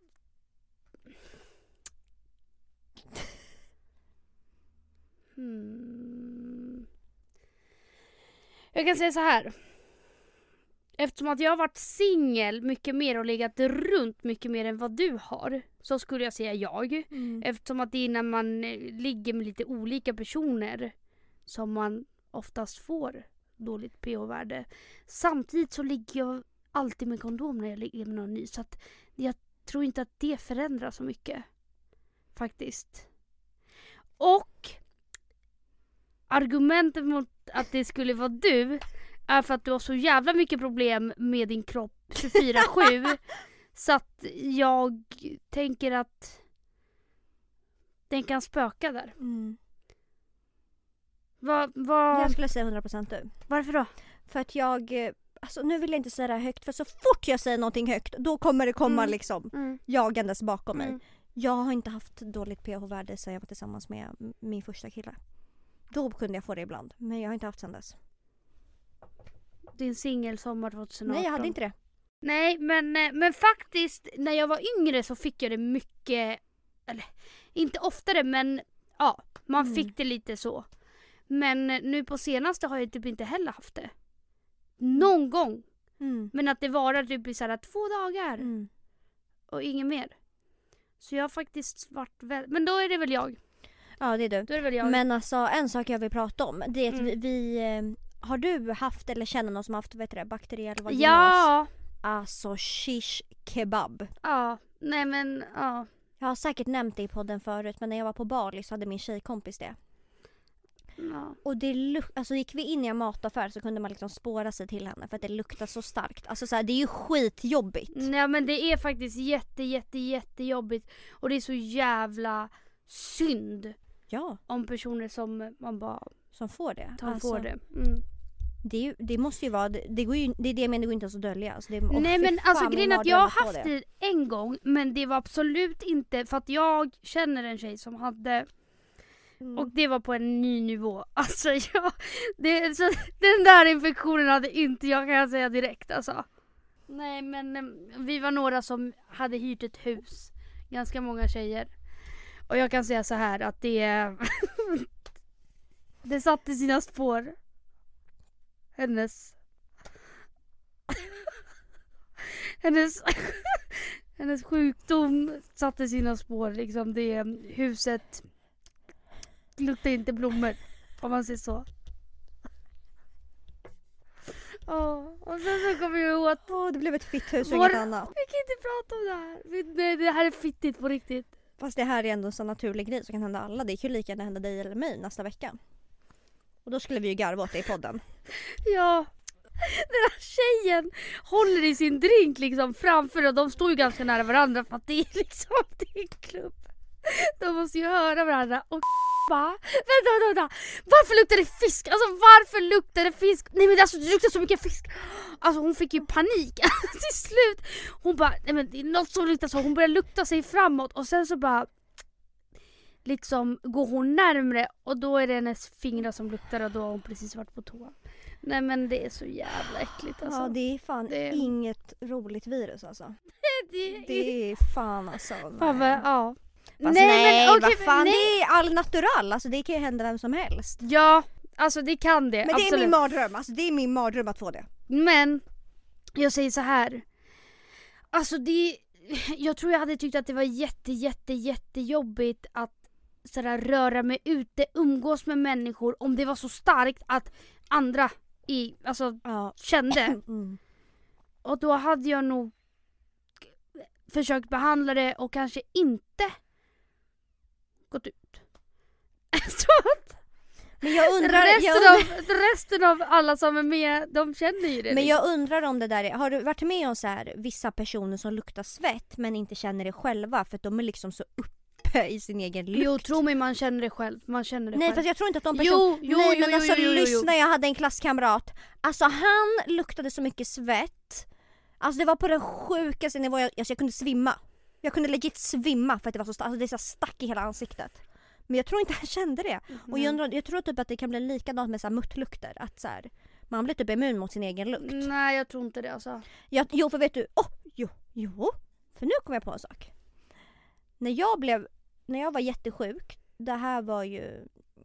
Jag kan säga så här. Eftersom att jag har varit singel mycket mer och legat runt mycket mer än vad du har, så skulle jag säga jag. Eftersom att det är när man ligger med lite olika personer som man oftast får dåligt pH-värde. Samtidigt så ligger jag alltid med kondom när jag ligger med någon ny. Så att jag tror inte att det förändrar så mycket. Faktiskt. Och argumentet mot att det skulle vara du är för att du har så jävla mycket problem med din kropp 24/7. Så att jag tänker att den kan spöka där. Jag skulle säga 100% du. Varför då? För att alltså nu vill jag inte säga det här högt, för så fort jag säger någonting högt då kommer det komma liksom jagandes bakom mig. Jag har inte haft dåligt pH-värde sedan jag var tillsammans med min första kille. Då kunde jag få det ibland, men jag har inte haft sedan dess. Din singelsommar 2018. Nej, jag hade inte det. Nej, men faktiskt när jag var yngre så fick jag det mycket, eller inte oftare, men ja, man fick det lite så. Men nu på senaste har jag typ inte heller haft det. Någon gång. Men att det varar typ i såhär 2 dagar. Och inget mer. Så jag har faktiskt varit men då är det väl jag. Ja, det är du. Då är det väl jag. Men alltså, en sak jag vill prata om, det är att vi har du haft eller känner någon som haft bakteriell vaginas? Ja. Alltså shish kebab. Ja, nej men ja. Jag har säkert nämnt det i podden förut, men när jag var på Bali så hade min tjejkompis det. Ja. Och alltså gick vi in i en mataffär så kunde man liksom spåra sig till henne för att det luktar så starkt. Alltså så här, det är ju skitjobbigt. Nej, men det är faktiskt jättejobbigt. Och det är så jävla synd. Ja. Om personer som man bara som får det. Får det. Det måste ju vara det går ju, det är det jag menar, det går inte ens att dölja. Alltså nej, men alltså grejen att jag har haft det en gång, men det var absolut inte för att jag känner en tjej som hade och det var på en ny nivå. Alltså den där infektionen hade inte jag, kan jag säga direkt alltså. Nej, men vi var några som hade hyrt ett hus. Ganska många tjejer. Och jag kan säga så här att det satte sina spår. Hennes sjukdom satte sina spår liksom. Det huset luktar inte blommor, om man säger så. Och sen så kommer jag ihåg att det blev ett fitthus och inget annat. vi kan inte prata om det här. Nej, det här är fittigt på riktigt. Fast det här är ändå en sån naturlig grej som kan hända alla. Det kan ju lika gärna hända dig eller mig nästa vecka. Och då skulle vi ju garva åt det i podden. Ja. Den här tjejen håller i sin drink liksom framför och de står ju ganska nära varandra för att det är liksom det är en klubb. De måste ju höra varandra och bara, vänta. Varför luktar det fisk? Alltså varför luktar det fisk? Nej men alltså det luktar så mycket fisk. Alltså hon fick ju panik till slut. Hon bara, nej men det är något som luktar så. Hon börjar lukta sig framåt och sen så bara liksom går hon närmre och då är det hennes fingrar som luktar och då har hon precis varit på toa. Nej men det är så jävla äckligt alltså. Ja det är fan inget roligt virus alltså. Det är fan alltså. Ja. Fast nej okay, vad fan, det är all natural. Alltså det kan ju hända vem som helst. Ja, alltså det kan det. Men absolut. Det är min mardröm. Alltså det är min mardröm att få det. Men jag säger så här. Alltså jag tror jag hade tyckt att det var jättejobbigt att sådär röra mig ute, umgås med människor om det var så starkt att andra kände. Mm. Och då hade jag nog försökt behandla det och kanske inte gått ut. Så att men jag undrar resten av alla som är med, de känner ju det. Men jag undrar om det där är, har du varit med om så här vissa personer som luktar svett men inte känner det själva för att de är liksom så uppe i sin egen lukt? Jo, tro mig, man känner det själv. Nej, fast jag tror inte att de personerna... lyssna, jag hade en klasskamrat. Alltså han luktade så mycket svett. Alltså det var på den sjukaste nivån. Jag kunde svimma. Jag kunde legit svimma för att det var så starkt. Alltså det så stack i hela ansiktet. Men jag tror inte han kände det. Mm. Och jag tror typ att det kan bli likadant med så här muttlukter. Att så här, man blir typ immun mot sin egen lukt. Nej, jag tror inte det alltså. Jo, för vet du... Jo. För nu kom jag på en sak. När jag var jättesjuk. Det här var ju...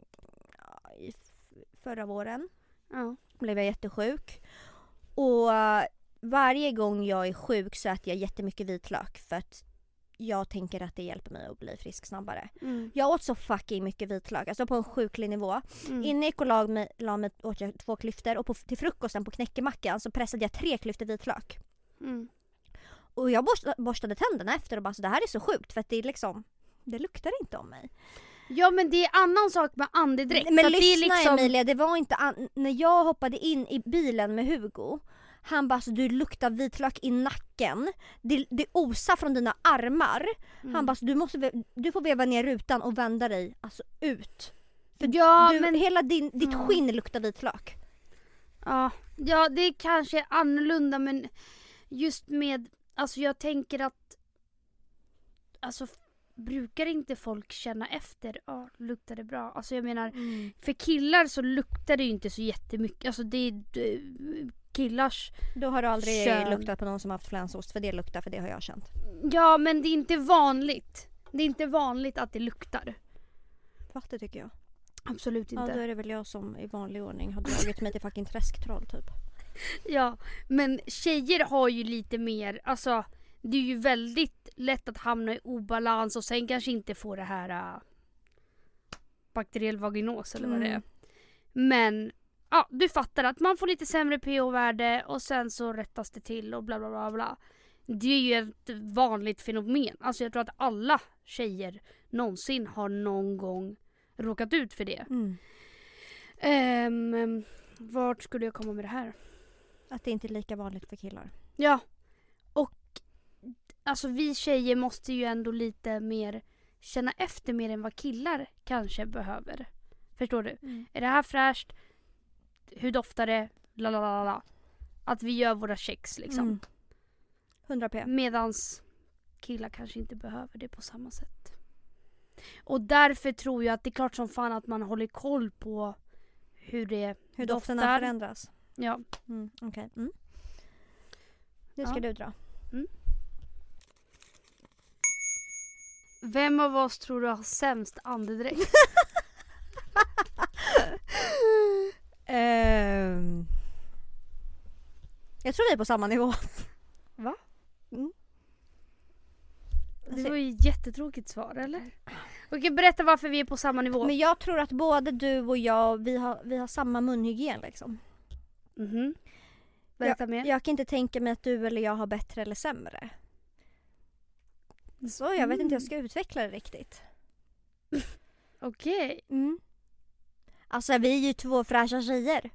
förra våren. Ja. Blev jag jättesjuk. Och varje gång jag är sjuk så äter jag jättemycket vitlök. För att jag tänker att det hjälper mig att bli frisk snabbare. Mm. Jag åt så fucking mycket vitlök. Alltså på en sjuklig nivå. Inne i åt jag 2 klyftor. Och till frukosten på knäckemackan så pressade jag 3 klyftor vitlök. Mm. Och jag borstade tänderna efter och bara så det här är så sjukt. För att det är liksom... Det luktar inte om mig. Ja men det är annan sak med andedräkt. Men lyssna det är liksom... Emilia, det var inte... När jag hoppade in i bilen med Hugo... Han bara, så du luktar vitlök i nacken. Det osar från dina armar. Han bara, så du får veva ner rutan och vända dig alltså ut. För men hela ditt skinn luktar vitlök. Ja, det är kanske annorlunda men just med, alltså jag tänker att alltså brukar inte folk känna efter, luktar det bra? Alltså jag menar, för killar så luktar det ju inte så jättemycket. Alltså det är killars. Då har du aldrig luktat på någon som har haft flänsost, för det luktar, för det har jag känt. Ja, men det är inte vanligt. Det är inte vanligt att det luktar. Fast det tycker jag. Absolut inte. Ja, då är det väl jag som i vanlig ordning har dragit mig till fucking träsktroll typ. Ja, men tjejer har ju lite mer, alltså det är ju väldigt lätt att hamna i obalans och sen kanske inte få det här bakteriell vaginos eller vad det är. Men ja, du fattar att man får lite sämre pH-värde och sen så rättas det till och bla bla bla bla. Det är ju ett vanligt fenomen. Alltså jag tror att alla tjejer någonsin har någon gång råkat ut för det. Vart skulle jag komma med det här? Att det inte är lika vanligt för killar. Ja. Och alltså vi tjejer måste ju ändå lite mer känna efter mer än vad killar kanske behöver. Förstår du? Är det här fräscht? Hur doftar det? Lalalala. Att vi gör våra checks liksom. 100p. Medans killar kanske inte behöver det på samma sätt. Och därför tror jag att det är klart som fan att man håller koll på hur dofterna förändras. Ja. Okej. Nu ska du dra. Vem av oss tror du har sämst andedräkt? Jag tror vi är på samma nivå. Va? Det var ju ett jättetråkigt svar, eller? Okej, berätta varför vi är på samma nivå. Men jag tror att både du och jag, vi har samma munhygien liksom. Berätta mer. Jag kan inte tänka mig att du eller jag har bättre eller sämre. Så jag vet inte hur jag ska utveckla det riktigt. Okej. Alltså vi är ju 2 fräscha tjejer.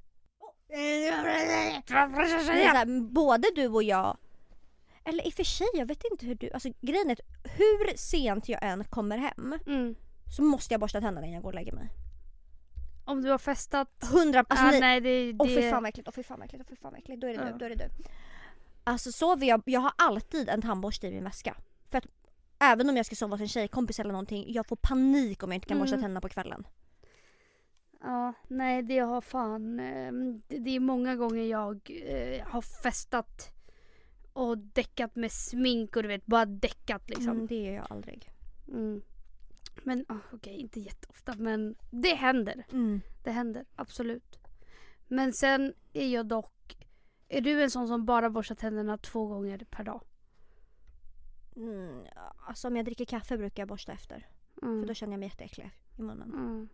Både du och jag. Eller i och för sig, jag vet inte hur du... Alltså grejen är att hur sent jag än kommer hem så måste jag borsta tänderna innan jag går och lägger mig. Om du har festat... 100... Alltså nej, det... Åh fy fan vad äckligt. Då är det du. Alltså sover jag har alltid en tandborste i min väska. För att även om jag ska sova hos en tjejkompis eller någonting, jag får panik om jag inte kan borsta tänderna på kvällen. Ja, nej det har fan... Det är många gånger jag har festat och däckat med smink och du vet, bara däckat liksom. Det gör jag aldrig. Men okej, inte jätteofta, men det händer. Det händer, absolut. Men sen är jag dock... Är du en sån som bara borstar tänderna 2 gånger per dag? Alltså om jag dricker kaffe brukar jag borsta efter. För då känner jag mig jätteäcklig i munnen.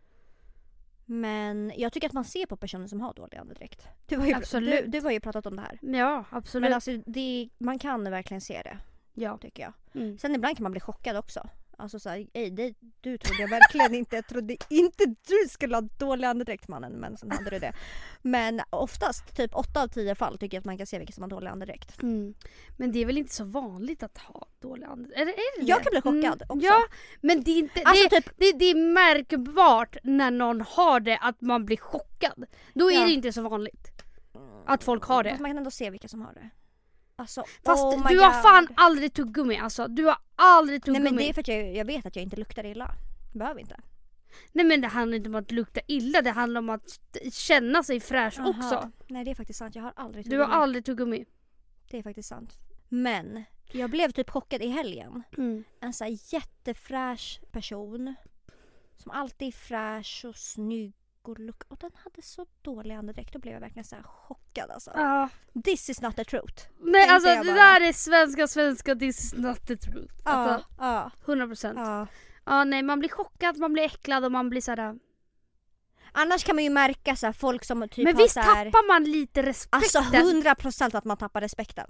Men jag tycker att man ser på personer som har dålig andedräkt. Du har ju pratat om det här. Ja, absolut. Men alltså man kan verkligen se det. Ja. Tycker jag. Sen ibland kan man bli chockad också. Alltså såhär, du trodde jag verkligen inte. Jag trodde inte du skulle ha dålig andedräkt mannen. Men sen hade du det. Men oftast, typ 8 av 10 fall tycker jag att man kan se vilka som har dålig andedräkt. Men det är väl inte så vanligt att ha dålig andedräkt? Är det? Jag kan bli chockad också. Ja, men det är inte... Alltså, det är märkbart när någon har det att man blir chockad. Då är det inte så vanligt att folk har det. Fast man kan ändå se vilka som har det. Alltså, fast du har fan aldrig tuggummi. Alltså, du har aldrig tuggummi. Nej men det är för att jag vet att jag inte luktar illa. Behöver inte. Nej men det handlar inte om att lukta illa. Det handlar om att känna sig fräsch också. Nej det är faktiskt sant. Jag har aldrig tuggummi. Du har aldrig tuggummi. Det är faktiskt sant. Men jag blev typ chockad i helgen. En så här jättefräsch person. Som alltid är fräsch och snygg. Och den hade så dålig andedräkt. Då blev jag verkligen så här chockad alltså. This is not the truth. Nej alltså det där är svenska this is not the truth. Alltså, 100%. Nej man blir chockad, man blir äcklad och man blir såhär. Annars kan man ju märka så här, folk som typ men har visst så här, tappar man lite respekten. Alltså 100% att man tappar respekten.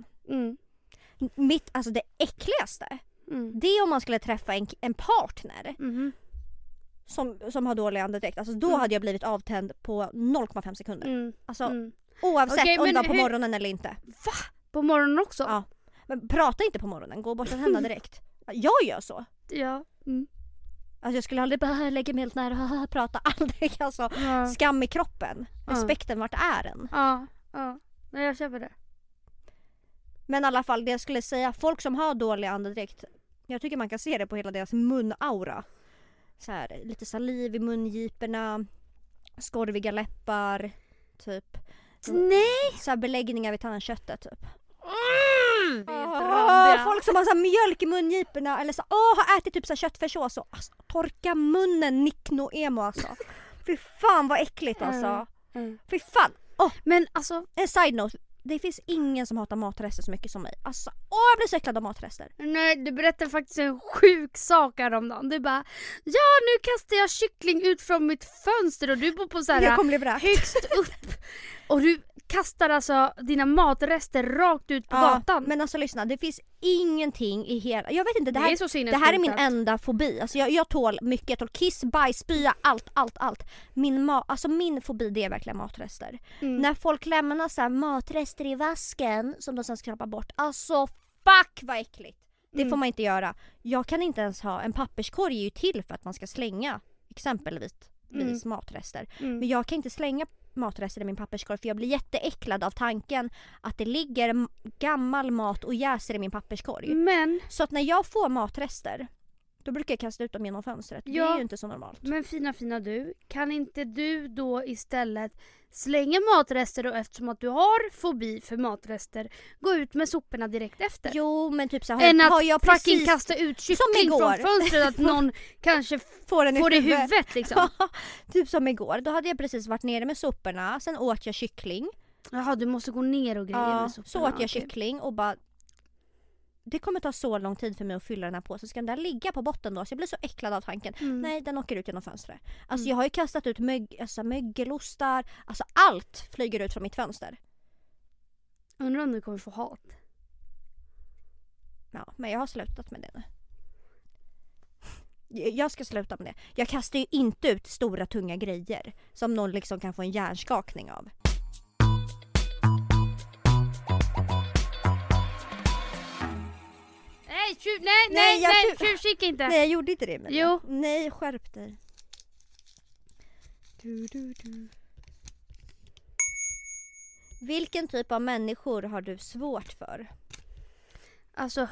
Alltså det äckligaste. Det är om man skulle träffa en partner. Som har dålig andedräkt. Alltså då hade jag blivit avtänd på 0,5 sekunder. Alltså oavsett om det var på morgonen eller inte. Va? På morgonen också? Ja. Men prata inte på morgonen. Gå och borsta tänderna direkt. Jag gör så. Ja. Alltså jag skulle aldrig bara lägga mig helt nära. Prata aldrig. Alltså skam i kroppen. Respekten, vart är den? Ja. Nej, jag köper det. Men i alla fall det jag skulle säga. Folk som har dålig andedräkt. Jag tycker man kan se det på hela deras munaura. Så här, lite saliv i mungiporna, skorviga läppar, typ. Nej! Så här beläggningar vid tandköttet, typ. Randiga. Folk som har så här mjölk i mungiporna eller så har ätit typ så här köttfärssås och alltså, torka munnen, nickno emo alltså. Fy fan vad äckligt alltså. Fy fan. Men alltså en side note. Det finns ingen som hatar matrester så mycket som mig. Alltså, jag blir så äcklad av matrester. Nej, du berättade faktiskt en sjuk sak häromdagen. Du bara, ja nu kastar jag kyckling ut från mitt fönster och du bor på så här högst upp. Och du kastar alltså dina matrester rakt ut på gatan. Men alltså lyssna, det finns ingenting i hela... Jag vet inte, det här är min enda fobi. Alltså jag tål mycket, jag tål kiss, bajs, spya, allt. Min fobi det är verkligen matrester. När folk lämnar så här matrester i vasken som de sen skrapar bort. Alltså fuck vad äckligt. Det får man inte göra. Jag kan inte ens ha en papperskorg är ju till för att man ska slänga exempelvis matrester. Men jag kan inte slänga matrester i min papperskorg för jag blir jätteäcklad av tanken att det ligger gammal mat och jäser i min papperskorg. Men så att när jag får matrester då brukar jag kasta ut dem genom fönstret. Det är ju inte så normalt. Men fina du, kan inte du då istället slänga matrester och eftersom att du har fobi för matrester gå ut med soporna direkt efter? Jo men typ så har jag precis kasta ut kyckling från fönstret att någon kanske får det i huvudet liksom. Typ som igår, då hade jag precis varit nere med soporna, sen åt jag kyckling. Jaha, du måste gå ner och grejer med soporna. Så åt jag kyckling och bara det kommer ta så lång tid för mig att fylla den här påsen. Ska den där ligga på botten då? Så jag blir så äcklad av tanken. Nej, den åker ut genom fönstret. Alltså jag har ju kastat ut mögelostar. Alltså allt flyger ut från mitt fönster. Undrar om du kommer få hat. Ja, men jag har slutat med det nu. Jag ska sluta med det. Jag kastar ju inte ut stora tunga grejer som någon liksom kan få en hjärnskakning av. Nej, tjuvkika inte. Nej, jag gjorde inte det. Men Jo. Nej, skärp dig. Vilken typ av människor har du svårt för? Alltså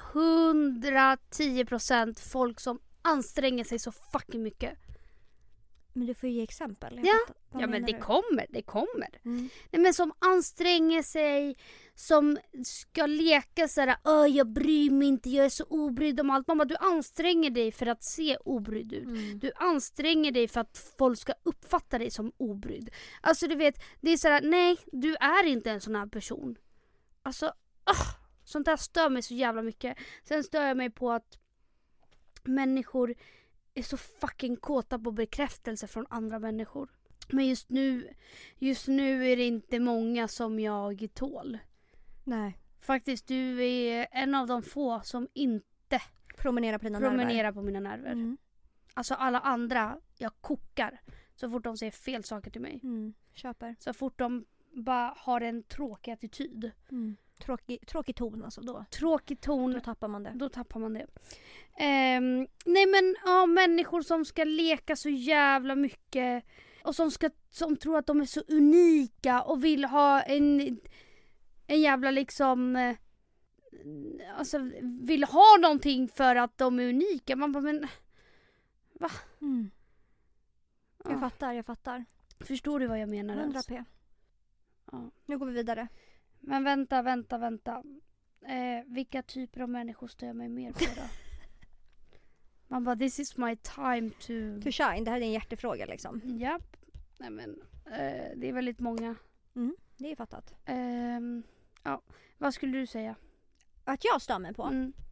110% folk som anstränger sig så fucking mycket. Men du får ju ge exempel. Ja men det kommer. Mm. Nej, men som anstränger sig, som ska leka sådär, jag bryr mig inte, jag är så obrydd om allt. Mamma, du anstränger dig för att se obrydd ut. Mm. Du anstränger dig för att folk ska uppfatta dig som obrydd. Alltså du vet, det är sådär, nej, du är inte en sån här person. Alltså, sånt där stör mig så jävla mycket. Sen stör jag mig på att människor är så fucking kåta på bekräftelse från andra människor. Men just nu är det inte många som jag tål. Nej. Faktiskt, du är en av de få som inte Promenerar på mina nerver. Mm. Alltså alla andra, jag kokar så fort de säger fel saker till mig. Mm. Köper. Så fort de bara har en tråkig attityd. Mm. Tråkig ton alltså då. Tråkig ton. Då tappar man det. Nej men människor som ska leka så jävla mycket och som tror att de är så unika och vill ha en jävla liksom alltså vill ha någonting för att de är unika. Man bara, men va? Mm. Jag fattar. Förstår du vad jag menar? 100p. Ja. Nu går vi vidare. Men vänta. Vilka typer av människor stör jag mig mer på då? Man bara, this is my time to shine. Det här är en hjärtefråga liksom. Japp. Nej men, det är väldigt många. Mm, det är fattat. Ja, vad skulle du säga? Att jag stör mig på?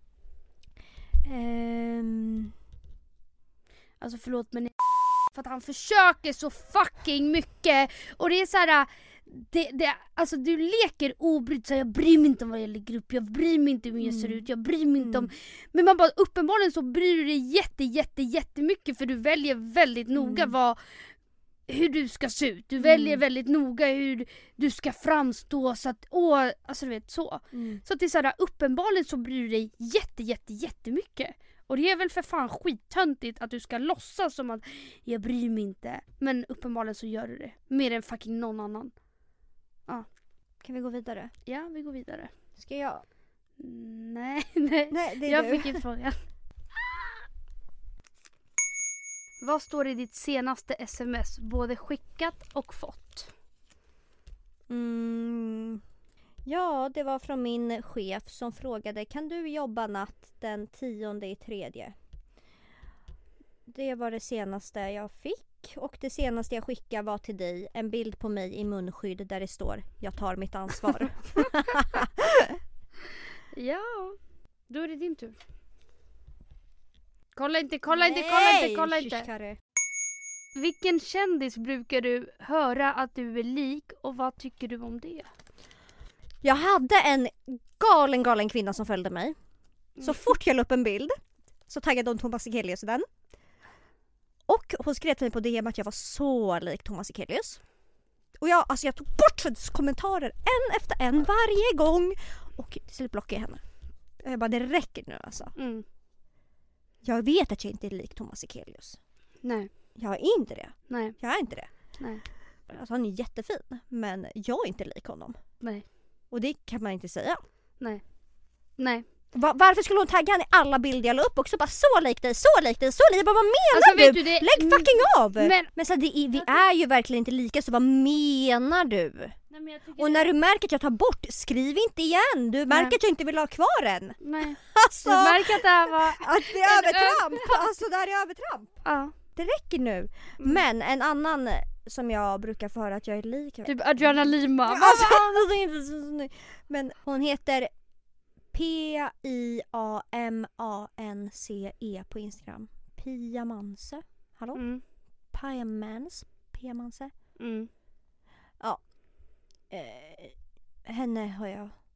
Alltså förlåt, men för att han försöker så fucking mycket. Och det är så här. Alltså du leker obrydd, så jag bryr mig inte om vad det gäller grupp, jag bryr mig inte om hur jag ser ut, jag bryr mig inte om. Men man bara, uppenbarligen så bryr du dig jättemycket, för du väljer väldigt noga hur du ska se ut. Du väljer väldigt noga hur du ska framstå, så att alltså du vet så. Så att det är så här, uppenbarligen så bryr du dig jättemycket. Och det är väl för fan skittöntigt att du ska låtsas som att jag bryr mig inte, men uppenbarligen så gör du det mer än fucking någon annan. Ja. Kan vi gå vidare? Ja, vi går vidare. Ska jag? Nej, det är jag du. fick ju frågan. Vad står i ditt senaste sms, både skickat och fått? Ja, det var från min chef som frågade, kan du jobba natt den 10/3? Det var det senaste jag fick. Och det senaste jag skickade var till dig en bild på mig i munskydd där det står, jag tar mitt ansvar. Ja, då är det din tur. Kolla inte. Kyskare. Vilken kändis brukar du höra att du är lik, och vad tycker du om det? Jag hade en galen kvinna som följde mig. Så fort jag la upp en bild så taggade hon Thomas Ekelius i den. Och hon skrev till mig på DM att jag var så lik Thomas Ekelius. Och jag tog bort hennes kommentarer en efter en varje gång. Och till slut blockade jag henne. Jag bara, det räcker nu alltså. Jag vet att jag inte är lik Thomas Ekelius. Nej. Jag är inte det. Nej. Jag är inte det. Nej. Alltså, han är jättefin. Men jag är inte lik honom. Nej. Och det kan man inte säga. Nej. Varför skulle hon tagga han i alla bilder jag la upp också? Bara så lik dig. Jag bara, vad menar alltså, du? det, lägg fucking av! Men så vi jag är ju verkligen inte lika, så vad menar du? Nej, men och när du märker att jag tar bort, skriv inte igen. Du märker att jag inte vill ha kvar den. Nej. Alltså, Du märker att det här var... Att det är övertramp. Alltså det här är övertramp. Ja. Det räcker nu. Men en annan som jag brukar få höra att jag är lik. Typ Adriana Lima. Alltså, men hon heter Piamance på Instagram. Piamance. Hallå? Piamance. Ja. Henne har jag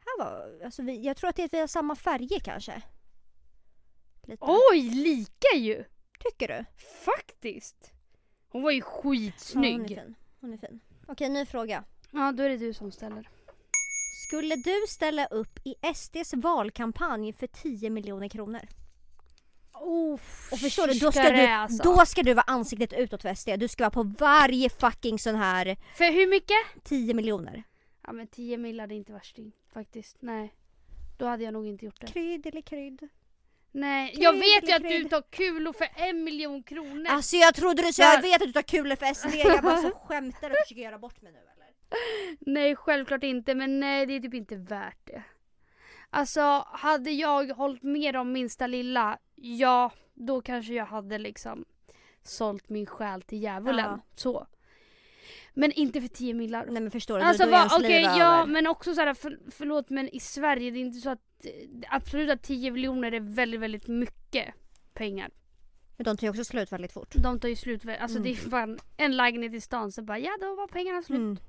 här var, alltså jag tror att det är samma färger kanske. Lite. Oj, lika ju! Tycker du? Faktiskt! Hon var ju skitsnygg. Ja, hon är fin. Okej, ny fråga. Ja, då är det du som ställer. Skulle du ställa upp i SDs valkampanj för 10 miljoner kronor? Och förstår du, då ska du vara ansiktet utåt för SD. Du ska vara på varje fucking sån här... För hur mycket? 10 miljoner. Ja, men 10 mil hade inte värsting faktiskt. Nej, då hade jag nog inte gjort det. Krydd eller krydd? Nej, jag vet ju att du tar kulor för 1 miljon kronor. Alltså jag trodde du så jag vet att du tar kulor för SD. Jag bara så skämtar och försöker göra bort mig nu eller? Nej, självklart inte, men nej, det är typ inte värt det. Alltså, hade jag hållit med om minsta lilla, ja, då kanske jag hade liksom sålt min själ till djävulen. Ja. Så. Men inte för 10 millar. Nej men förstår du, alltså, då är ens liv ja, över. men också såhär, förlåt, men i Sverige det är inte så att absolut att 10 miljoner är väldigt, väldigt mycket pengar. Men de tar ju också slut väldigt fort. De tar ju slut, alltså det är fan en lägenhet i stan så bara, ja då var pengarna slut.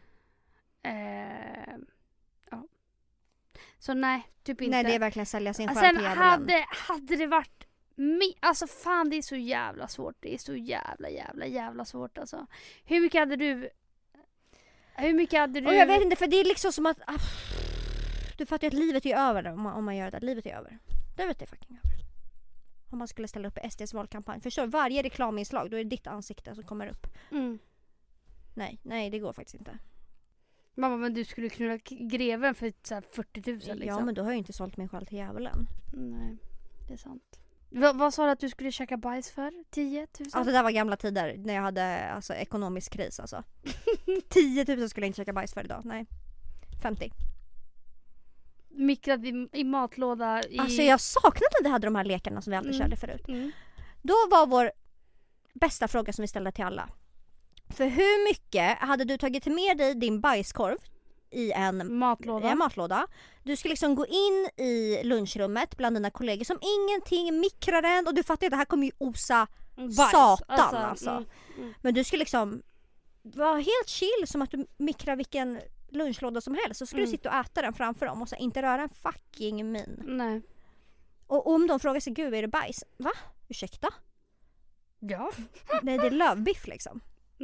Ja. Så nej, typ inte. Nej, det är verkligen sälja sin själ Sen till djävulen. hade det varit alltså fan, det är så jävla svårt. Det är så jävla svårt alltså. Hur mycket hade du? Och jag vet inte, för det är liksom som att du fattar ju att livet är över om man gör det. Livet är över. Livet är fucking över. Om man skulle ställa upp i SDs valkampanj. Förstår, varje reklaminslag, då är det ditt ansikte som kommer upp. Nej, det går faktiskt inte. Mamma, men du skulle knulla greven för så här 40 000 liksom. Ja, men då har jag ju inte sålt min själ till djävulen. Nej, det är sant. Vad sa du att du skulle käka bajs för? 10 000? Alltså det där var gamla tider när jag hade alltså, ekonomisk kris alltså. 10 000 skulle jag inte käka bajs för idag, nej. 50. Mikrad i matlåda Alltså jag saknade att vi hade de här lekarna som vi alltid körde förut. Då var vår bästa fråga som vi ställde till alla: för hur mycket hade du tagit med dig din bajskorv i en matlåda? Du skulle liksom gå in i lunchrummet bland dina kollegor som ingenting, mikra den, och du fattar att det här kommer ju osa bajs, satan alltså. Men du skulle liksom vara helt chill, som att du mikrar vilken lunchlåda som helst, så skulle du sitta och äta den framför dem och så inte röra en fucking min. Nej. Och om de frågar sig, gud är det bajs? Va? Ursäkta? Ja. Nej, det är lövbiff liksom.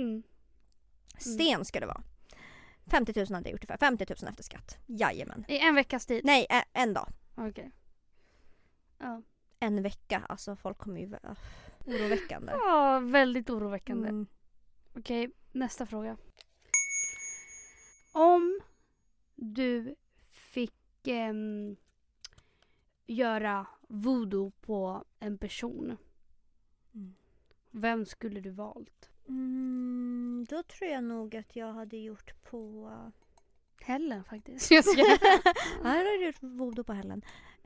Sten ska det vara. 50 000 hade jag gjort det för. 50 000 efter skatt. Jajamän. I en veckas tid? Nej, en dag. Okej. Ja. En vecka. Alltså folk kommer ju oroväckande. Ja, väldigt oroväckande. Okej, nästa fråga. Om du fick göra voodoo på en person, vem skulle du valt? Då tror jag nog att jag hade gjort på Helen faktiskt. Jag hade gjort voodoo på Helen.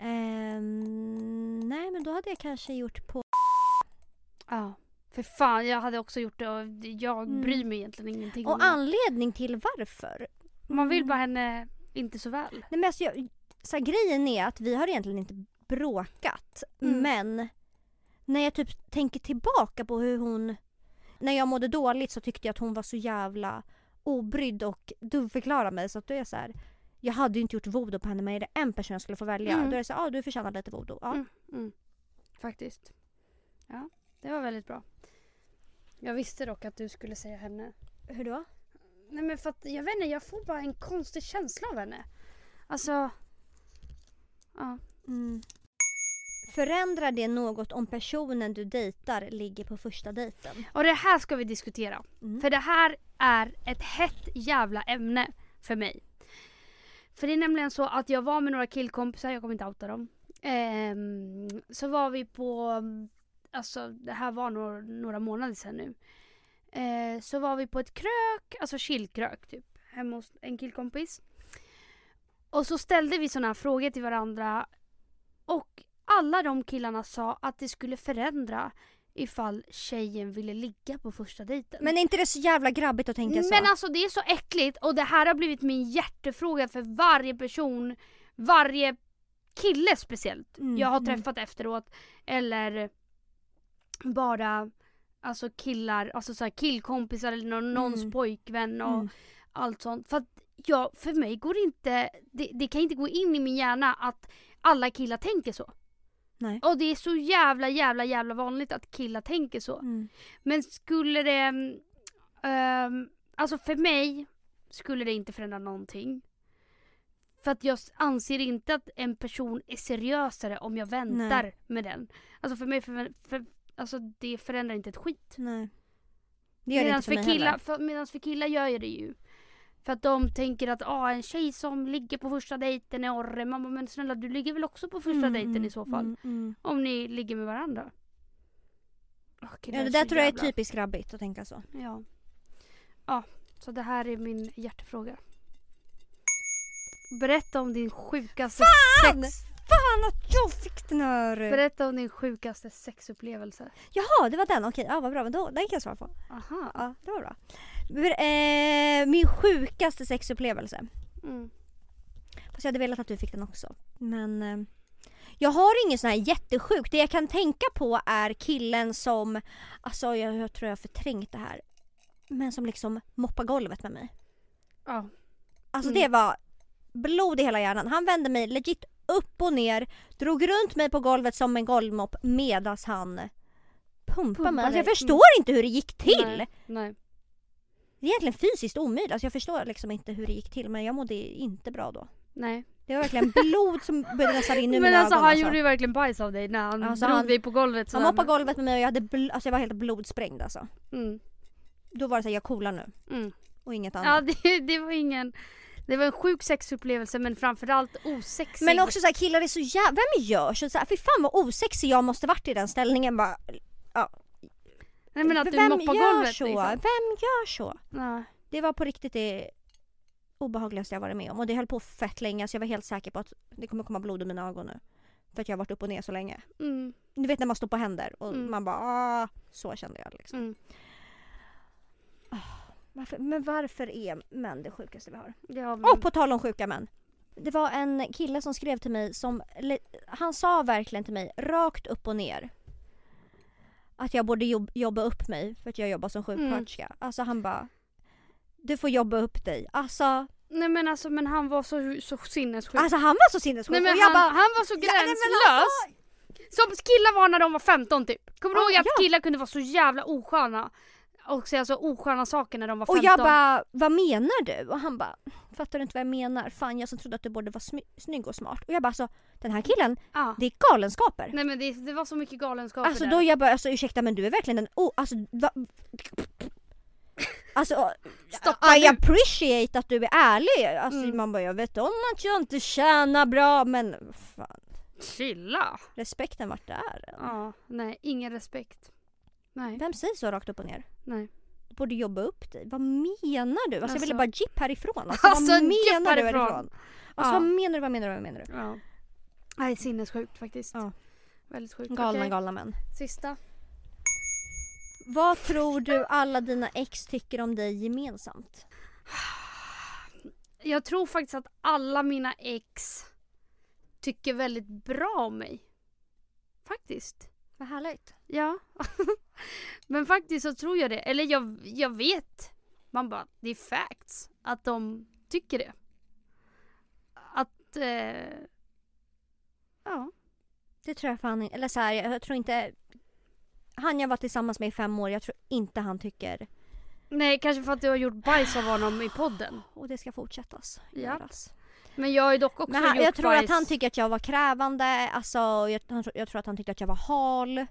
Nej, men då hade jag kanske gjort på... Ja, för fan, jag hade också gjort det och jag bryr mig egentligen ingenting. Och anledning till varför? Man vill bara henne inte så väl. Nej, men alltså, grejen är att vi har egentligen inte bråkat. Men när jag typ tänker tillbaka på hur hon... När jag mådde dåligt så tyckte jag att hon var så jävla obrydd och dubbelförklarade mig. Så att då är jag så här, jag hade ju inte gjort voodoo på henne, men är det en person jag skulle få välja, då är det så här, du förtjänar lite voodoo. Ja. Faktiskt. Ja, det var väldigt bra. Jag visste dock att du skulle säga henne. Hur då? Nej, men för att, jag vet inte, jag får bara en konstig känsla av henne. Alltså, ja. Förändrar det något om personen du dejtar ligger på första dejten? Och det här ska vi diskutera. För det här är ett hett jävla ämne för mig. För det är nämligen så att jag var med några killkompisar, jag kommer inte outa dem. Så var vi på, alltså det här var några månader sedan nu. Så var vi på ett krök, alltså chillkrök typ, hemma hos en killkompis. Och så ställde vi såna här frågor till varandra. Och alla de killarna sa att det skulle förändra ifall tjejen ville ligga på första dejten. Men är inte det så jävla grabbigt att tänka så? Men alltså det är så äckligt, och det här har blivit min hjärtefråga för varje person, varje kille speciellt jag har träffat efteråt, eller bara alltså killar, alltså så här killkompisar eller någons pojkvän och allt sånt. För att ja, för mig går inte, det kan inte gå in i min hjärna att alla killar tänker så. Nej. Och det är så jävla vanligt att killar tänker så. Men skulle det, alltså för mig skulle det inte förändra någonting. För att jag anser inte att en person är seriösare om jag väntar med den. Alltså för mig, alltså det förändrar inte ett skit. Nej. Det gör det inte för mig heller. Medan för killar gör jag det ju. För att de tänker att en tjej som ligger på första dejten är orre. Mamma, men snälla, du ligger väl också på första dejten i så fall. Om ni ligger med varandra. Det där tror jag är typiskt grabbigt att tänka så. Ja, så det här är min hjärtefråga. Berätta om din sjukaste Fan att jag fick den här. Berätta om din sjukaste sexupplevelse. Jaha, det var den. Okej, ja, vad bra. Men då, den kan jag svara på. Aha. Ja, det var bra. Min sjukaste sexupplevelse. Fast jag hade velat att du fick den också. Men jag har ingen sån här jättesjuk. Det jag kan tänka på är killen som, alltså jag tror jag har förträngt det här, men som liksom moppar golvet med mig. Ja. Alltså det var blod i hela hjärnan. Han vände mig legit upp och ner, drog runt mig på golvet som en golvmopp medan han pumpade mig. Alltså jag förstår inte hur det gick till. Nej. Det är egentligen fysiskt omöjligt. Alltså jag förstår liksom inte hur det gick till, men jag mådde inte bra då. Nej. Det var verkligen blod som började nästan rinna ur mina mina alltså, ögon. Han gjorde ju verkligen bajs av dig när han drog dig på golvet. Han moppade golvet med mig och jag hade jag var helt blodsprängd alltså. Då var det så här, jag coolar nu. Och inget annat. Ja, det var ingen... Det var en sjuk sexupplevelse, men framförallt osexig. Men också så här, killar är så jävla... Vem gör så här? Fy fan vad osexig jag måste varit i den ställningen. Bara, ja. Nej, men att du moppar golvet. Så? Liksom. Vem gör så? Nej. Det var på riktigt det obehagligaste jag varit med om. Och det höll på fett länge, så jag var helt säker på att det kommer komma blod i mina ögon nu. För att jag har varit upp och ner så länge. Du vet när man står på händer och man bara, så kände jag liksom. Varför är män det sjukaste vi har? Och på tal om sjuka män. Det var en kille som skrev till mig som, han sa verkligen till mig rakt upp och ner att jag borde jobba upp mig för att jag jobbar som sjuksköterska. Alltså han bara, du får jobba upp dig. Alltså nej men alltså, men han var så sinnessjuk. Alltså han var så sinnessjuk. Nej, men han var så gränslös. Som killar var när de var 15 typ. Kommer du ihåg att killar kunde vara så jävla osköna? Och säga så osköna saker när de var 15. Och jag bara, vad menar du? Och han bara, fattar du inte vad jag menar? Fan, jag som trodde att du borde vara snygg och smart. Och jag bara, så den här killen, det är galenskaper. Nej men det var så mycket galenskaper alltså, där. Då jag bara, alltså ursäkta, men du är verkligen en alltså, I appreciate att du är ärlig. Alltså man bara, jag vet om att jag inte tjänar bra, men fan. Chilla. Respekten vart där. Ja, nej, ingen respekt. Nej. Vem säger så rakt upp och ner? Nej. Du borde jobba upp dig. Vad menar du? Alltså jag ville bara jipp härifrån. Alltså vad menar du härifrån? Alltså vad menar du? Ja. Nej, sinnessjukt faktiskt. Ja. Väldigt sjukt. Galna män. Sista. Vad tror du alla dina ex tycker om dig gemensamt? Jag tror faktiskt att alla mina ex tycker väldigt bra om mig. Faktiskt. Vad härligt. Ja. Men faktiskt så tror jag det. Eller jag vet. Man bara, det är facts. Att de tycker det. Att, ja. Det tror jag fan inte. Eller så här, jag tror inte... Han jag var tillsammans med i 5 år, jag tror inte han tycker... Nej, kanske för att du har gjort bajs av honom i podden. Och det ska fortsättas. Ja. Göras. Men jag har ju dock också gjort jag tror bajs. att han tycker att jag var krävande. Alltså, jag tror att han tyckte att jag var hal.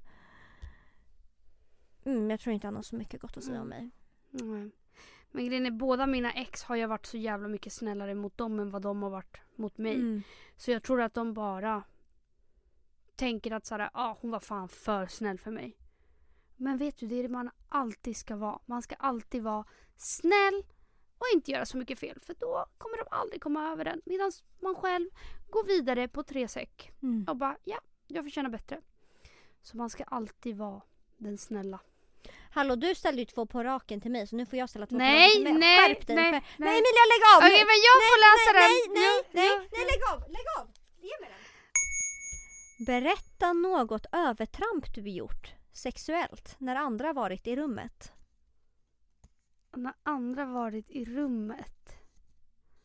Jag tror inte han har så mycket gott att säga om mig. Men grejen är, båda mina ex har jag varit så jävla mycket snällare mot dem än vad de har varit mot mig. Så jag tror att de bara tänker att såhär, hon var fan för snäll för mig. Men vet du, det är det man alltid ska vara. Man ska alltid vara snäll och inte göra så mycket fel. För då kommer de aldrig komma över den. Medan man själv går vidare på 3 säck. Och bara, jag förtjänar bättre. Så man ska alltid vara den snälla. Hallå, du ställde ju 2 på raken till mig, så nu får jag ställa 2 på raken till mig. Skärp dig. Nej, Emilia, lägg av! Okej, men jag får läsa den. Nej, lägg av. Ge mig den. Berätta något övertramp du gjort sexuellt när andra varit i rummet. När andra varit i rummet?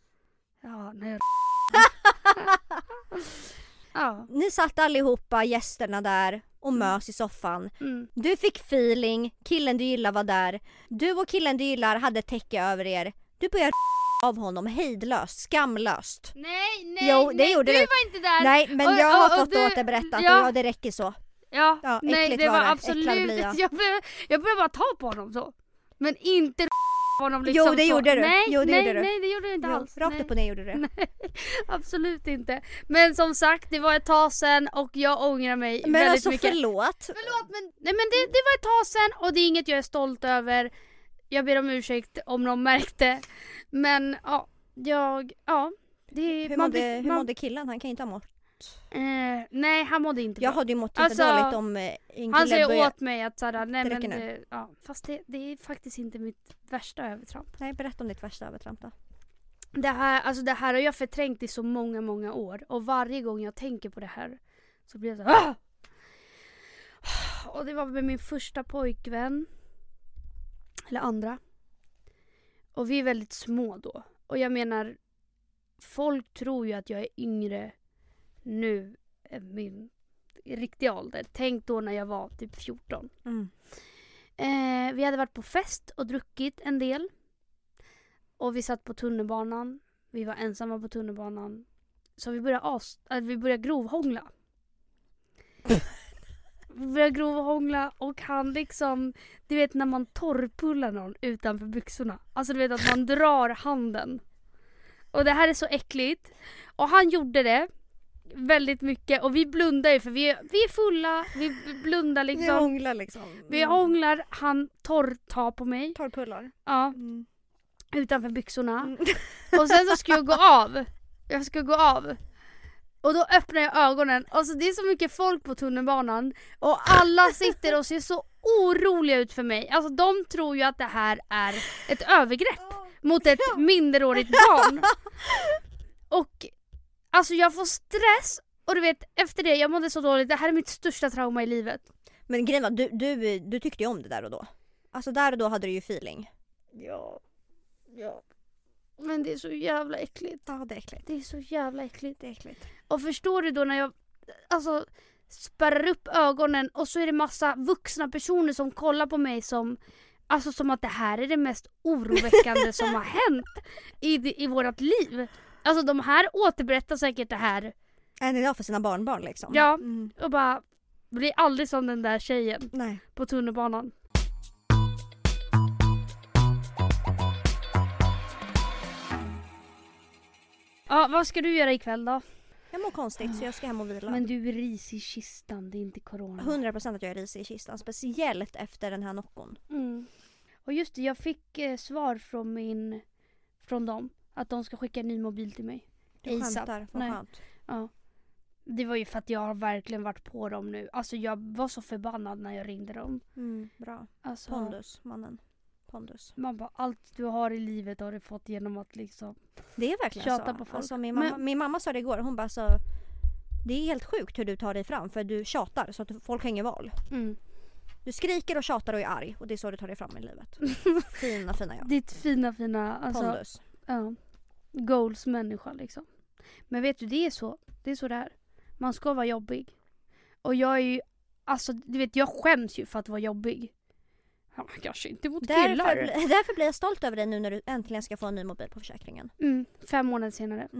Ja, nej. Ja. Ni satt allihopa, gästerna där och mös i soffan. Du fick feeling, killen du gillar var där. Du och killen du gillar hade täcke över er. Du började av honom hejdlöst, skamlöst. Nej, jo, det gjorde du var inte där. Nej, men jag har fått återberättat och det räcker så. Ja, nej, det var det. absolut. Jag började bara ta på honom så. Men inte honom liksom. Jo, det gjorde du. Nej, jo, det nej, gjorde du. Nej, det gjorde du inte alls. Rakt upp och ner gjorde du det. Nej, absolut inte. Men som sagt, det var ett tag sedan och jag ångrar mig men väldigt alltså, mycket. Förlåt, men det var ett tag sedan och det är inget jag är stolt över. Jag ber om ursäkt om någon märkte. Men hur mådde killen? Han kan inte ha mått. Nej, han mådde inte bra. Jag hade ju mått inte dåligt om en han säger börjar... åt mig att sådär, nej det men fast det är faktiskt inte mitt värsta övertramp. Nej, berätta om ditt värsta övertramp då. Det här har jag förträngt i så många år och varje gång jag tänker på det här så blir jag så här. Och det var med min första pojkvän eller andra. Och vi är väldigt små då. Och jag menar, folk tror ju att jag är yngre nu än min riktiga ålder. Tänk då när jag var typ 14. Vi hade varit på fest och druckit en del. Och vi satt på tunnelbanan. Vi var ensamma på tunnelbanan. Så vi började grovhångla. Vi började grovhångla och han liksom, du vet när man torrpullar någon utanför byxorna. Alltså du vet att man drar handen. Och det här är så äckligt. Och han gjorde det väldigt mycket och vi blundar ju för vi är fulla, vi blundar liksom. Vi hånglar liksom. Vi hånglar, han tar på mig. Torrpullar. Ja. Utanför byxorna. Och sen så ska jag gå av. Jag ska gå av. Och då öppnar jag ögonen. Alltså det är så mycket folk på tunnelbanan. Och alla sitter och ser så oroliga ut för mig. Alltså de tror ju att det här är ett övergrepp mot ett minderårigt barn. Och alltså jag får stress. Och du vet, efter det, jag mådde så dåligt. Det här är mitt största trauma i livet. Men grejen var, du tyckte ju om det där och då. Alltså där och då hade du ju feeling. Ja. Men det är så jävla äckligt. Ja, det är äckligt. Det är så jävla äckligt. Det är äckligt. Och förstår du då när jag spärrar upp ögonen och så är det massa vuxna personer som kollar på mig som att det här är det mest oroväckande som har hänt i vårat liv. Alltså de här återberättar säkert det här. Än idag för sina barnbarn liksom. Ja, och bara blir aldrig som den där tjejen. Nej. På tunnelbanan. Ja, vad ska du göra ikväll då? Jag mår konstigt så jag ska hem och vila. Men du är ris i kistan, det är inte corona. 100% att jag är risig i kistan, speciellt efter den här knockon. Och just det, jag fick svar från dem att de ska skicka en ny mobil till mig. Du skämtar, vad skönt. Ja. Det var ju för att jag har verkligen varit på dem nu. Alltså jag var så förbannad när jag ringde dem. Bra. Alltså, Pondus, mannen. Pondus. Man bara, allt du har i livet har du fått genom att liksom det är verkligen tjata så. på folk. Alltså, min mamma sa det igår, hon bara så det är helt sjukt hur du tar dig fram för du tjatar så att folk har ingen val. Du skriker och tjatar och är arg och det är så du tar dig fram i livet. Fina jag. Ditt fina alltså, Pondus. Ja. Goals människa liksom. Men vet du, det är så det är. Man ska vara jobbig. Och jag är ju, alltså du vet, jag skäms ju för att vara jobbig. Ja, kanske inte mot killar. Därför blir jag stolt över dig nu när du äntligen ska få en ny mobil på försäkringen. 5 månader senare.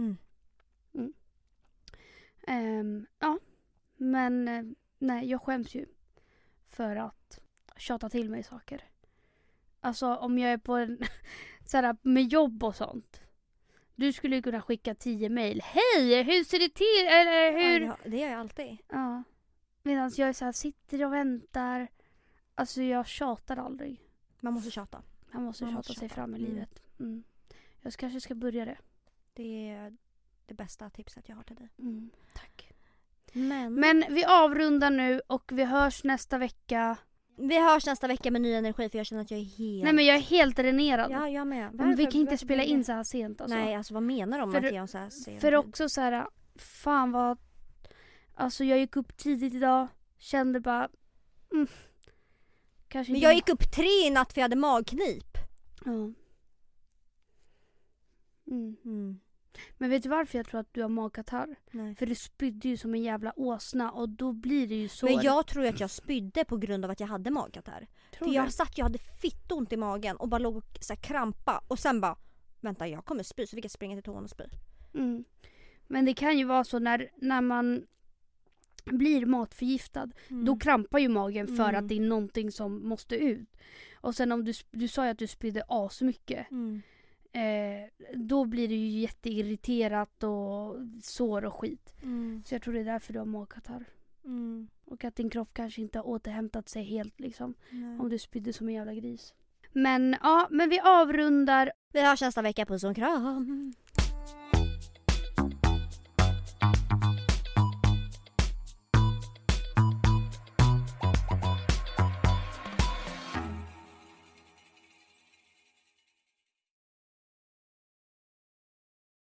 Ja, men nej, jag skäms ju för att tjata till mig saker. Alltså om jag är på en såhär, med jobb och sånt. Du skulle ju kunna skicka 10 mejl. Hej, hur ser det till? Eller hur? Ja, det gör jag alltid. Ja. Medan jag är så här, sitter och väntar. Alltså jag tjatar aldrig. Man måste tjata. Man måste tjata sig fram i livet. Jag kanske ska börja det. Det är det bästa tipset jag har till dig. Tack. Men vi avrundar nu och vi hörs nästa vecka. Vi hörs nästa vecka med ny energi för jag känner att jag är helt... Nej men jag är helt dränerad. Ja, jag med. Men vi kan inte spela in så här sent alltså. Nej, alltså vad menar de att jag så här sent? För också så här, fan vad... Alltså jag gick upp tidigt idag. Kände bara... Kanske men jag gick upp 3 i natt för jag hade magknip. Ja. Men vet du varför jag tror att du har magkatarr? Nej. För du spydde ju som en jävla åsna och då blir det ju så. Men jag tror att jag spydde på grund av att jag hade magkatarr. Tror För jag du? satt, jag hade fittont i magen och bara låg och så här krampa. Och sen bara, vänta jag kommer spy. Så fick jag springa till toan och spy. Mm. Men det kan ju vara så när man blir matförgiftad. Då krampar ju magen för att det är någonting som måste ut. Och sen om du sa ju att du spydde asmycket. Då blir det ju jätteirriterat och sår och skit. Så jag tror det är därför du har magkatarr. Och att din kropp kanske inte har återhämtat sig helt liksom. Om du spydde som en jävla gris. Men ja, men vi avrundar. Vi hörs nästa vecka, puss och kram.